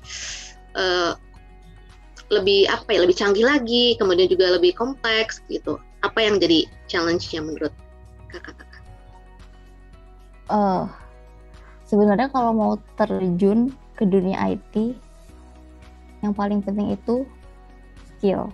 canggih lagi, kemudian juga lebih kompleks gitu. Apa yang jadi challenge-nya menurut kakak-kakak? Sebenarnya kalau mau terjun ke dunia IT, yang paling penting itu skill.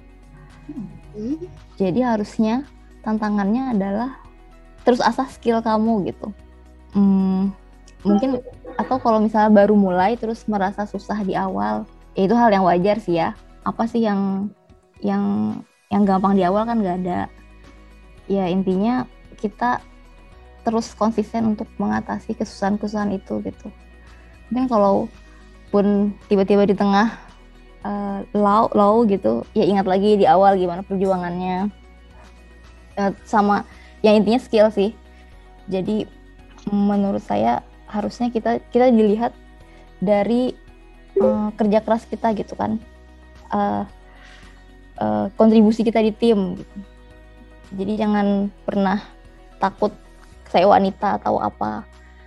Jadi harusnya tantangannya adalah terus asah skill kamu gitu. Mungkin atau kalau misalnya baru mulai terus merasa susah di awal, ya itu hal yang wajar sih ya. apa sih yang gampang di awal kan nggak ada. Ya intinya kita terus konsisten untuk mengatasi kesusahan-kesusahan itu gitu. Mungkin kalau pun tiba-tiba di tengah low gitu, ya ingat lagi di awal gimana perjuangannya. Sama yang intinya skill sih. Jadi menurut saya harusnya kita dilihat dari kerja keras kita gitu kan, kontribusi kita di tim gitu. Jadi jangan pernah takut saya wanita atau apa.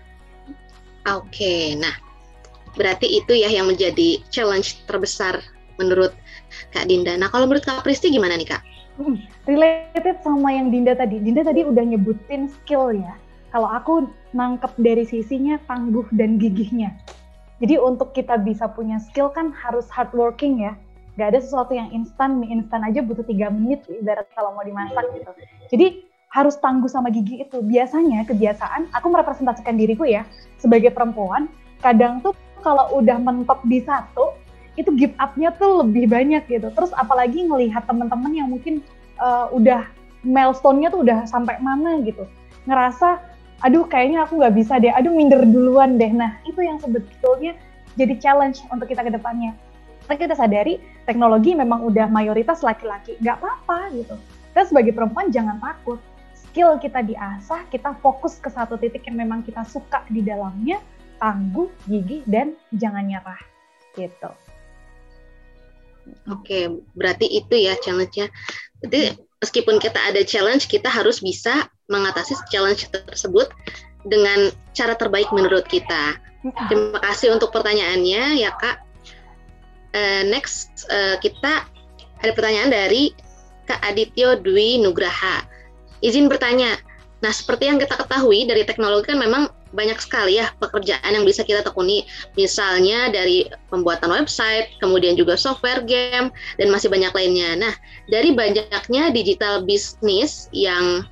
Oke, nah berarti itu ya yang menjadi challenge terbesar menurut Kak Dinda. Nah kalau menurut Kak Pristi gimana nih Kak? Related sama yang Dinda tadi udah nyebutin skill ya. Kalau aku nangkep dari sisinya tangguh dan gigihnya. Jadi untuk kita bisa punya skill kan harus hardworking ya. Gak ada sesuatu yang instan, mie instan aja butuh 3 menit ibarat kalau mau dimasak gitu. Jadi harus tangguh sama gigi itu. Biasanya kebiasaan, aku merepresentasikan diriku ya, sebagai perempuan, kadang tuh kalau udah mentok di satu, itu give up-nya tuh lebih banyak gitu. Terus apalagi ngelihat teman-teman yang mungkin udah milestone-nya tuh udah sampai mana gitu. Ngerasa, aduh kayaknya aku nggak bisa deh, aduh minder duluan deh. Nah itu yang sebetulnya jadi challenge untuk kita ke depannya. Kita sadari teknologi memang udah mayoritas laki-laki, nggak apa-apa gitu. Kita sebagai perempuan jangan takut. Skill kita diasah, kita fokus ke satu titik yang memang kita suka di dalamnya, tangguh, gigih, dan jangan nyerah gitu. Oke, berarti itu ya challenge-nya. Berarti meskipun kita ada challenge, kita harus bisa mengatasi challenge tersebut dengan cara terbaik menurut kita. Terima kasih untuk pertanyaannya ya Kak. Next, kita ada pertanyaan dari Kak Adityo Dwi Nugraha. Izin bertanya, nah seperti yang kita ketahui dari teknologi kan memang banyak sekali ya pekerjaan yang bisa kita tekuni. Misalnya dari pembuatan website, kemudian juga software game, dan masih banyak lainnya. Nah, dari banyaknya digital bisnis yang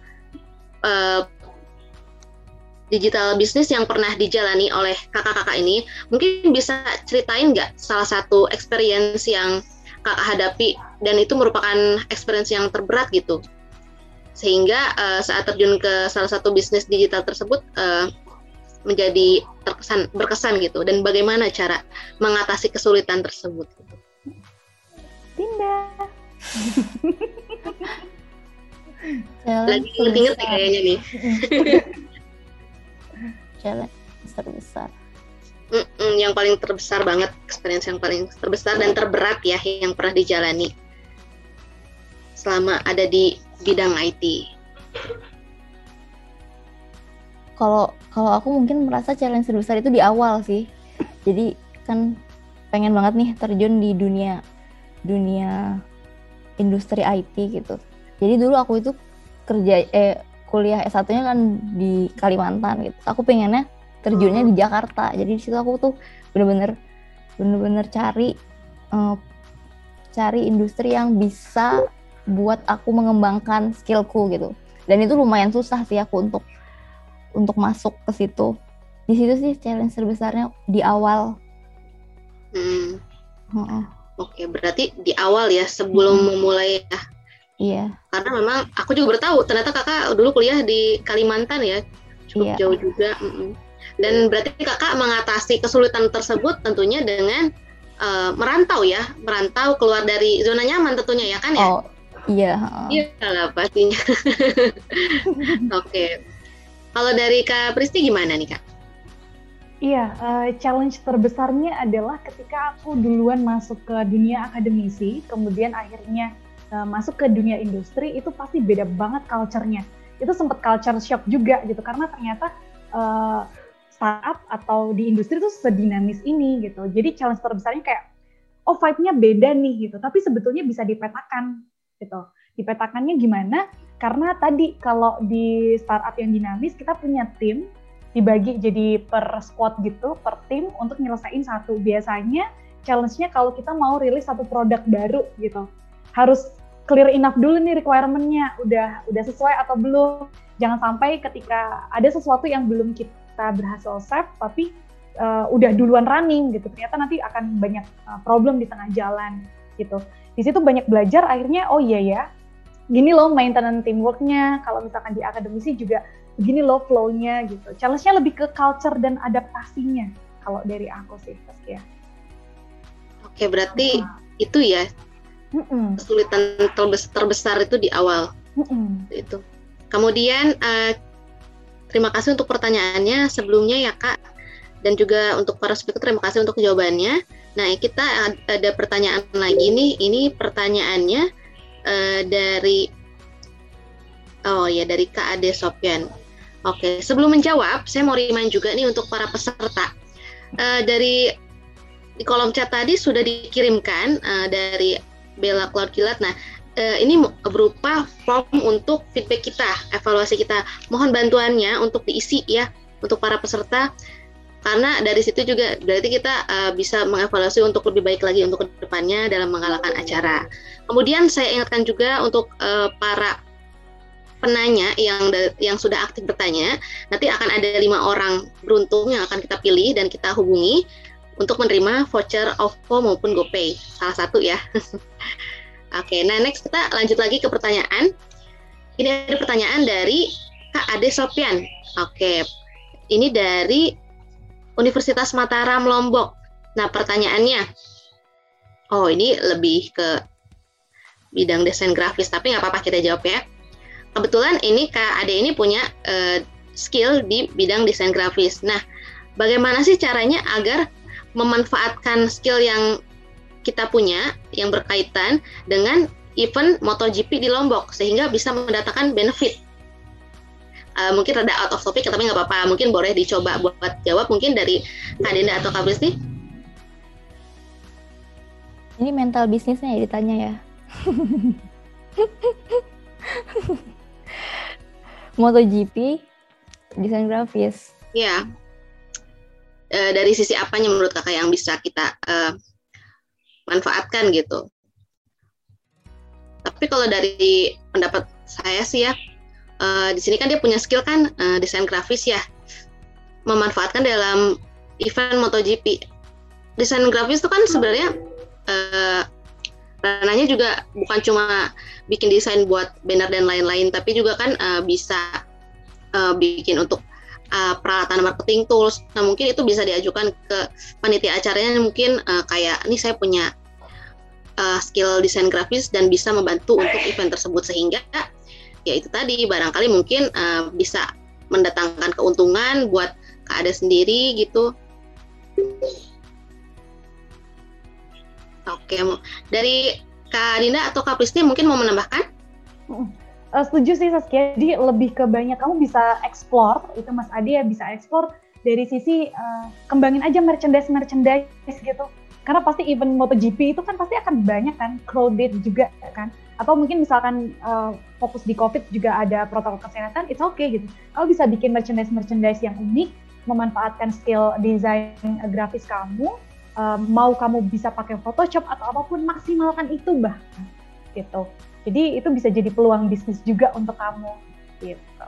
pernah dijalani oleh kakak-kakak ini, mungkin bisa ceritain nggak salah satu experience yang kakak hadapi dan itu merupakan experience yang terberat gitu, sehingga saat terjun ke salah satu bisnis digital tersebut menjadi berkesan gitu, dan bagaimana cara mengatasi kesulitan tersebut? Dinda. Lagi inget kayaknya nih. Challenge terbesar. Yang paling terbesar banget, experience yang paling terbesar dan terberat ya yang pernah dijalani selama ada di bidang IT. Kalau aku mungkin merasa challenge terbesar itu di awal sih. Jadi kan pengen banget nih terjun di dunia industri IT gitu. Jadi dulu aku itu kuliah S1-nya kan di Kalimantan gitu. Aku pengennya terjunnya di Jakarta. Jadi di situ aku tuh bener-bener cari industri yang bisa buat aku mengembangkan skillku gitu. Dan itu lumayan susah sih aku untuk masuk ke situ. Di situ sih challenge terbesarnya di awal. Oke, berarti di awal ya sebelum memulai ya. Iya. Karena memang aku juga baru tahu ternyata kakak dulu kuliah di Kalimantan ya, cukup jauh juga. Dan berarti kakak mengatasi kesulitan tersebut tentunya dengan merantau keluar dari zona nyaman tentunya ya kan ya? Oh iya. Iya lah pastinya. Oke. Kalau dari Kak Pristi gimana nih Kak? Iya, challenge terbesarnya adalah ketika aku duluan masuk ke dunia akademisi, kemudian akhirnya masuk ke dunia industri, itu pasti beda banget culture-nya. Itu sempat culture shock juga gitu, karena ternyata startup atau di industri itu sedinamis ini gitu. Jadi challenge terbesarnya kayak, oh vibe-nya beda nih gitu, tapi sebetulnya bisa dipetakan gitu. Dipetakannya gimana? Karena tadi kalau di startup yang dinamis, kita punya tim, dibagi jadi per squad gitu, per tim untuk nyelesain satu. Biasanya challenge-nya kalau kita mau rilis satu produk baru gitu, harus clear enough dulu nih requirement-nya, udah sesuai atau belum. Jangan sampai ketika ada sesuatu yang belum kita berhasil save, tapi udah duluan running gitu, ternyata nanti akan banyak problem di tengah jalan. gitu. Di situ banyak belajar, akhirnya oh iya ya, gini loh maintenance teamworknya, kalau misalkan di akademisi juga begini loh flow-nya gitu. Challenge-nya lebih ke culture dan adaptasinya kalau dari aku sih, Saskia. Oke, berarti itu ya kesulitan terbesar itu di awal. Itu. Kemudian terima kasih untuk pertanyaannya sebelumnya ya Kak, dan juga untuk para speaker terima kasih untuk jawabannya. Nah, kita ada pertanyaan lagi nih. Ini pertanyaannya dari Kak Ade Sopyan. Oke, sebelum menjawab, saya mau remind juga nih untuk para peserta. Di kolom chat tadi sudah dikirimkan dari Bella Cloud Kilat. Nah, ini berupa form untuk feedback kita, evaluasi kita. Mohon bantuannya untuk diisi ya untuk para peserta. Karena dari situ juga berarti kita bisa mengevaluasi untuk lebih baik lagi untuk kedepannya dalam menggalakkan acara. Kemudian saya ingatkan juga untuk para penanya yang sudah aktif bertanya, nanti akan ada 5 orang beruntung yang akan kita pilih dan kita hubungi untuk menerima voucher OVO maupun GoPay, salah satu ya. Oke, nah next kita lanjut lagi ke pertanyaan. Ini ada pertanyaan dari Kak Ade Sopyan. Oke, ini dari Universitas Mataram Lombok. Nah pertanyaannya, ini lebih ke bidang desain grafis, tapi nggak apa-apa kita jawab ya. Kebetulan ini Kak Ade ini punya skill di bidang desain grafis. Nah, bagaimana sih caranya agar memanfaatkan skill yang kita punya yang berkaitan dengan event MotoGP di Lombok sehingga bisa mendatangkan benefit? Mungkin rada out of topic tapi nggak apa-apa. Mungkin boleh dicoba buat jawab mungkin dari Kak Dinda atau Kak Pristi. Ini mental bisnisnya ya ditanya ya. MotoGP, desain grafis. Ya. Dari sisi apanya menurut Kakak yang bisa kita manfaatkan gitu? Tapi kalau dari pendapat saya sih ya, di sini kan dia punya skill kan desain grafis ya, memanfaatkan dalam event MotoGP. Desain grafis itu kan sebenarnya ranahnya juga bukan cuma bikin desain buat banner dan lain-lain, tapi juga kan bisa bikin untuk peralatan marketing tools. Nah mungkin itu bisa diajukan ke panitia acaranya, mungkin kayak ini saya punya skill desain grafis dan bisa membantu untuk event tersebut, sehingga ya itu tadi barangkali mungkin bisa mendatangkan keuntungan buat Kak Ade sendiri gitu. Oke, dari Kak Dinda atau Kak Pristi mungkin mau menambahkan? Setuju sih Saskia, jadi lebih ke banyak kamu bisa explore, itu Mas Ade ya bisa explore dari sisi kembangin aja merchandise gitu. Karena pasti event MotoGP itu kan pasti akan banyak kan, crowded juga kan. Atau mungkin misalkan fokus di COVID juga ada protokol kesehatan, it's okay gitu. Kamu bisa bikin merchandise yang unik, memanfaatkan skill desain grafis kamu, mau kamu bisa pakai Photoshop atau apapun, maksimalkan itu bahkan gitu. Jadi itu bisa jadi peluang bisnis juga untuk kamu gitu.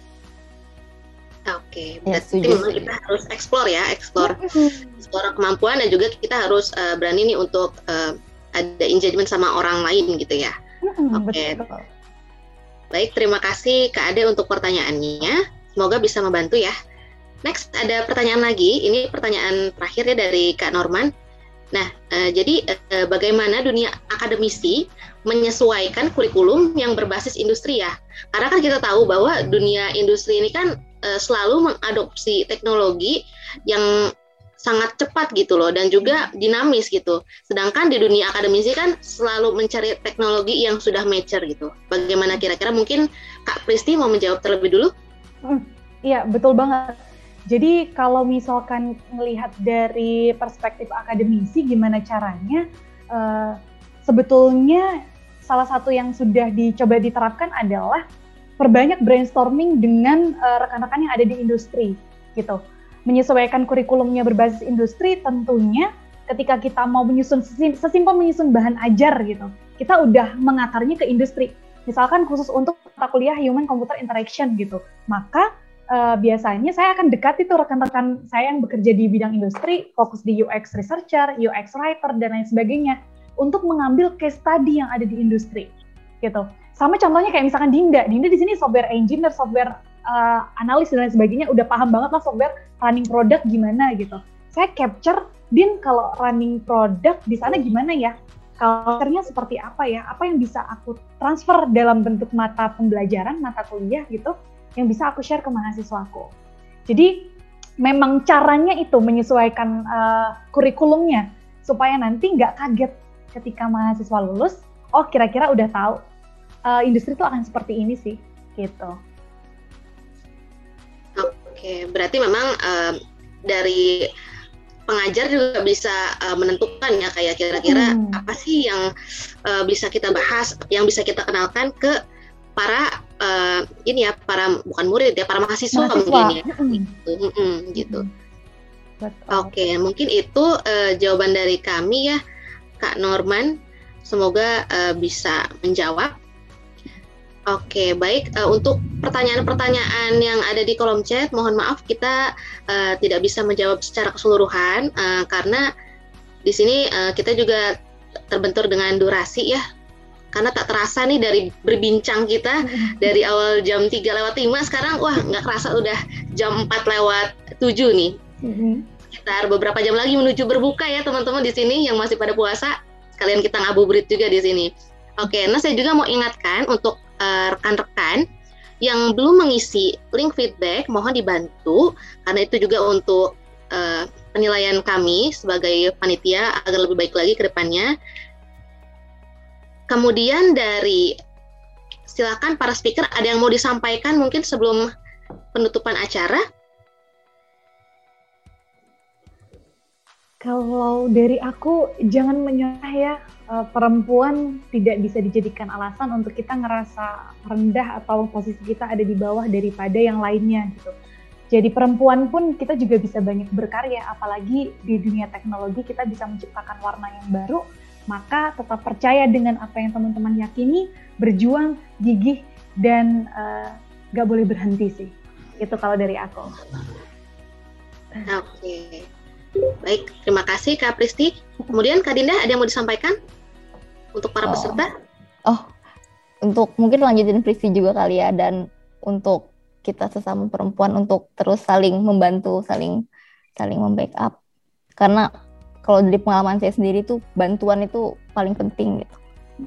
Oke, berarti memang kita harus explore kemampuan, dan juga kita harus berani nih untuk ada engagement sama orang lain gitu ya. Oke. Baik, terima kasih Kak Ade untuk pertanyaannya. Semoga bisa membantu ya. Next ada pertanyaan lagi. Ini pertanyaan terakhir ya dari Kak Norman. Nah, jadi bagaimana dunia akademisi menyesuaikan kurikulum yang berbasis industri ya? Karena kan kita tahu bahwa dunia industri ini kan selalu mengadopsi teknologi yang sangat cepat gitu loh, dan juga dinamis gitu. Sedangkan di dunia akademisi kan selalu mencari teknologi yang sudah mature gitu. Bagaimana kira-kira, mungkin Kak Pristi mau menjawab terlebih dulu? Iya, betul banget. Jadi kalau misalkan melihat dari perspektif akademisi gimana caranya, sebetulnya salah satu yang sudah dicoba diterapkan adalah perbanyak brainstorming dengan rekan-rekan yang ada di industri gitu. Menyesuaikan kurikulumnya berbasis industri, tentunya ketika kita mau menyusun, sesimpel menyusun bahan ajar gitu, kita udah mengatarnya ke industri. Misalkan khusus untuk mata kuliah Human Computer Interaction gitu, maka biasanya saya akan dekati tuh rekan-rekan saya yang bekerja di bidang industri, fokus di UX researcher, UX writer, dan lain sebagainya. untuk mengambil case study yang ada di industri gitu. Sama contohnya kayak misalkan Dinda di sini software engineer, software analis dan lain sebagainya, udah paham banget lah software running product gimana gitu. Saya capture, Din kalau running product di sana gimana ya? Culture-nya seperti apa ya? Apa yang bisa aku transfer dalam bentuk mata pembelajaran, mata kuliah gitu, yang bisa aku share ke mahasiswaku. Jadi memang caranya itu menyesuaikan kurikulumnya, supaya nanti nggak kaget ketika mahasiswa lulus, oh kira-kira udah tahu industri itu akan seperti ini sih, gitu. Oke, berarti memang dari pengajar juga bisa menentukan ya kayak kira-kira apa sih yang bisa kita bahas, yang bisa kita kenalkan ke para para bukan murid ya, para mahasiswa mungkin ya, gitu. Oke, mungkin itu jawaban dari kami ya, Kak Norman. Semoga bisa menjawab. Oke, baik. Untuk pertanyaan-pertanyaan yang ada di kolom chat, mohon maaf kita tidak bisa menjawab secara keseluruhan karena di sini kita juga terbentur dengan durasi ya. Karena tak terasa nih dari berbincang kita dari awal jam 3:05 sekarang wah nggak kerasa udah jam 4:07 nih. Sekitar beberapa jam lagi menuju berbuka ya teman-teman di sini yang masih pada puasa. Sekalian kita ngabuburit juga di sini. Oke, nah saya juga mau ingatkan untuk rekan-rekan yang belum mengisi link feedback, mohon dibantu karena itu juga untuk penilaian kami sebagai panitia agar lebih baik lagi ke depannya. Kemudian silakan para speaker ada yang mau disampaikan mungkin sebelum penutupan acara. Kalau dari aku, jangan menyerah ya. Perempuan tidak bisa dijadikan alasan untuk kita ngerasa rendah atau posisi kita ada di bawah daripada yang lainnya gitu. Jadi perempuan pun kita juga bisa banyak berkarya, apalagi di dunia teknologi kita bisa menciptakan warna yang baru. Maka tetap percaya dengan apa yang teman-teman yakini, berjuang, gigih, dan gak boleh berhenti sih. Itu kalau dari aku. Oke. Baik, terima kasih Kak Pristi. Kemudian Kak Dinda ada yang mau disampaikan untuk para peserta? Untuk mungkin lanjutin Pristi juga kali ya, dan untuk kita sesama perempuan untuk terus saling membantu, saling membackup. Karena kalau dari pengalaman saya sendiri tuh bantuan itu paling penting gitu.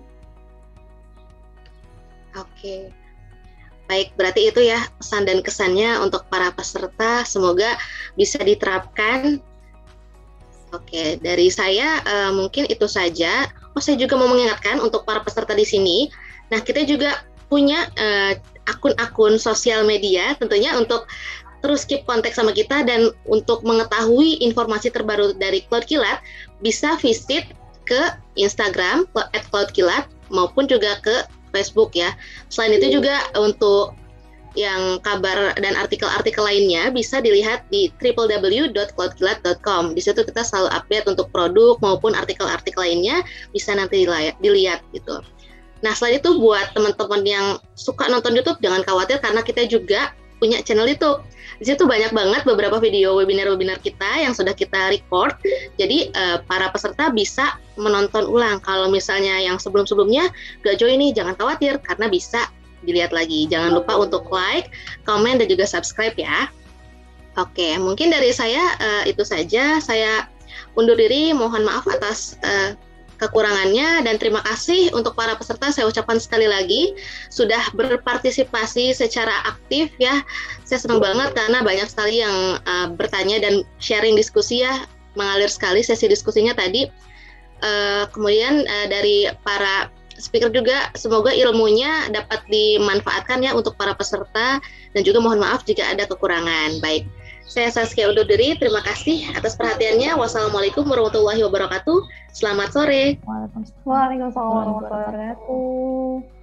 Oke. Baik, berarti itu ya pesan dan kesannya untuk para peserta, semoga bisa diterapkan. Oke, dari saya mungkin itu saja. Saya juga mau mengingatkan untuk para peserta di sini. Nah, kita juga punya akun-akun sosial media tentunya untuk terus keep kontak sama kita, dan untuk mengetahui informasi terbaru dari Cloud Kilat bisa visit ke Instagram @cloudkilat maupun juga ke Facebook ya. Selain itu juga untuk yang kabar dan artikel-artikel lainnya bisa dilihat di www.cloudkilat.com. Di situ kita selalu update untuk produk maupun artikel-artikel lainnya, bisa nanti dilihat gitu. Nah, selain itu buat teman-teman yang suka nonton YouTube jangan khawatir karena kita juga punya channel YouTube. Di situ banyak banget beberapa video webinar-webinar kita yang sudah kita record. Jadi para peserta bisa menonton ulang. Kalau misalnya yang sebelum-sebelumnya gak join nih, jangan khawatir karena bisa dilihat lagi. Jangan lupa untuk like, komen, dan juga subscribe ya. Oke, mungkin dari saya itu saja. Saya undur diri, mohon maaf atas kekurangannya, dan terima kasih untuk para peserta. Saya ucapkan sekali lagi sudah berpartisipasi secara aktif ya. Saya senang banget karena banyak sekali yang bertanya dan sharing diskusi ya, mengalir sekali sesi diskusinya tadi. Kemudian dari para speaker juga semoga ilmunya dapat dimanfaatkan ya untuk para peserta, dan juga mohon maaf jika ada kekurangan. Baik, saya Saskia undur diri. Terima kasih atas perhatiannya. Wassalamualaikum warahmatullahi wabarakatuh. Selamat sore. Waalaikumsalam warahmatullahi wabarakatuh.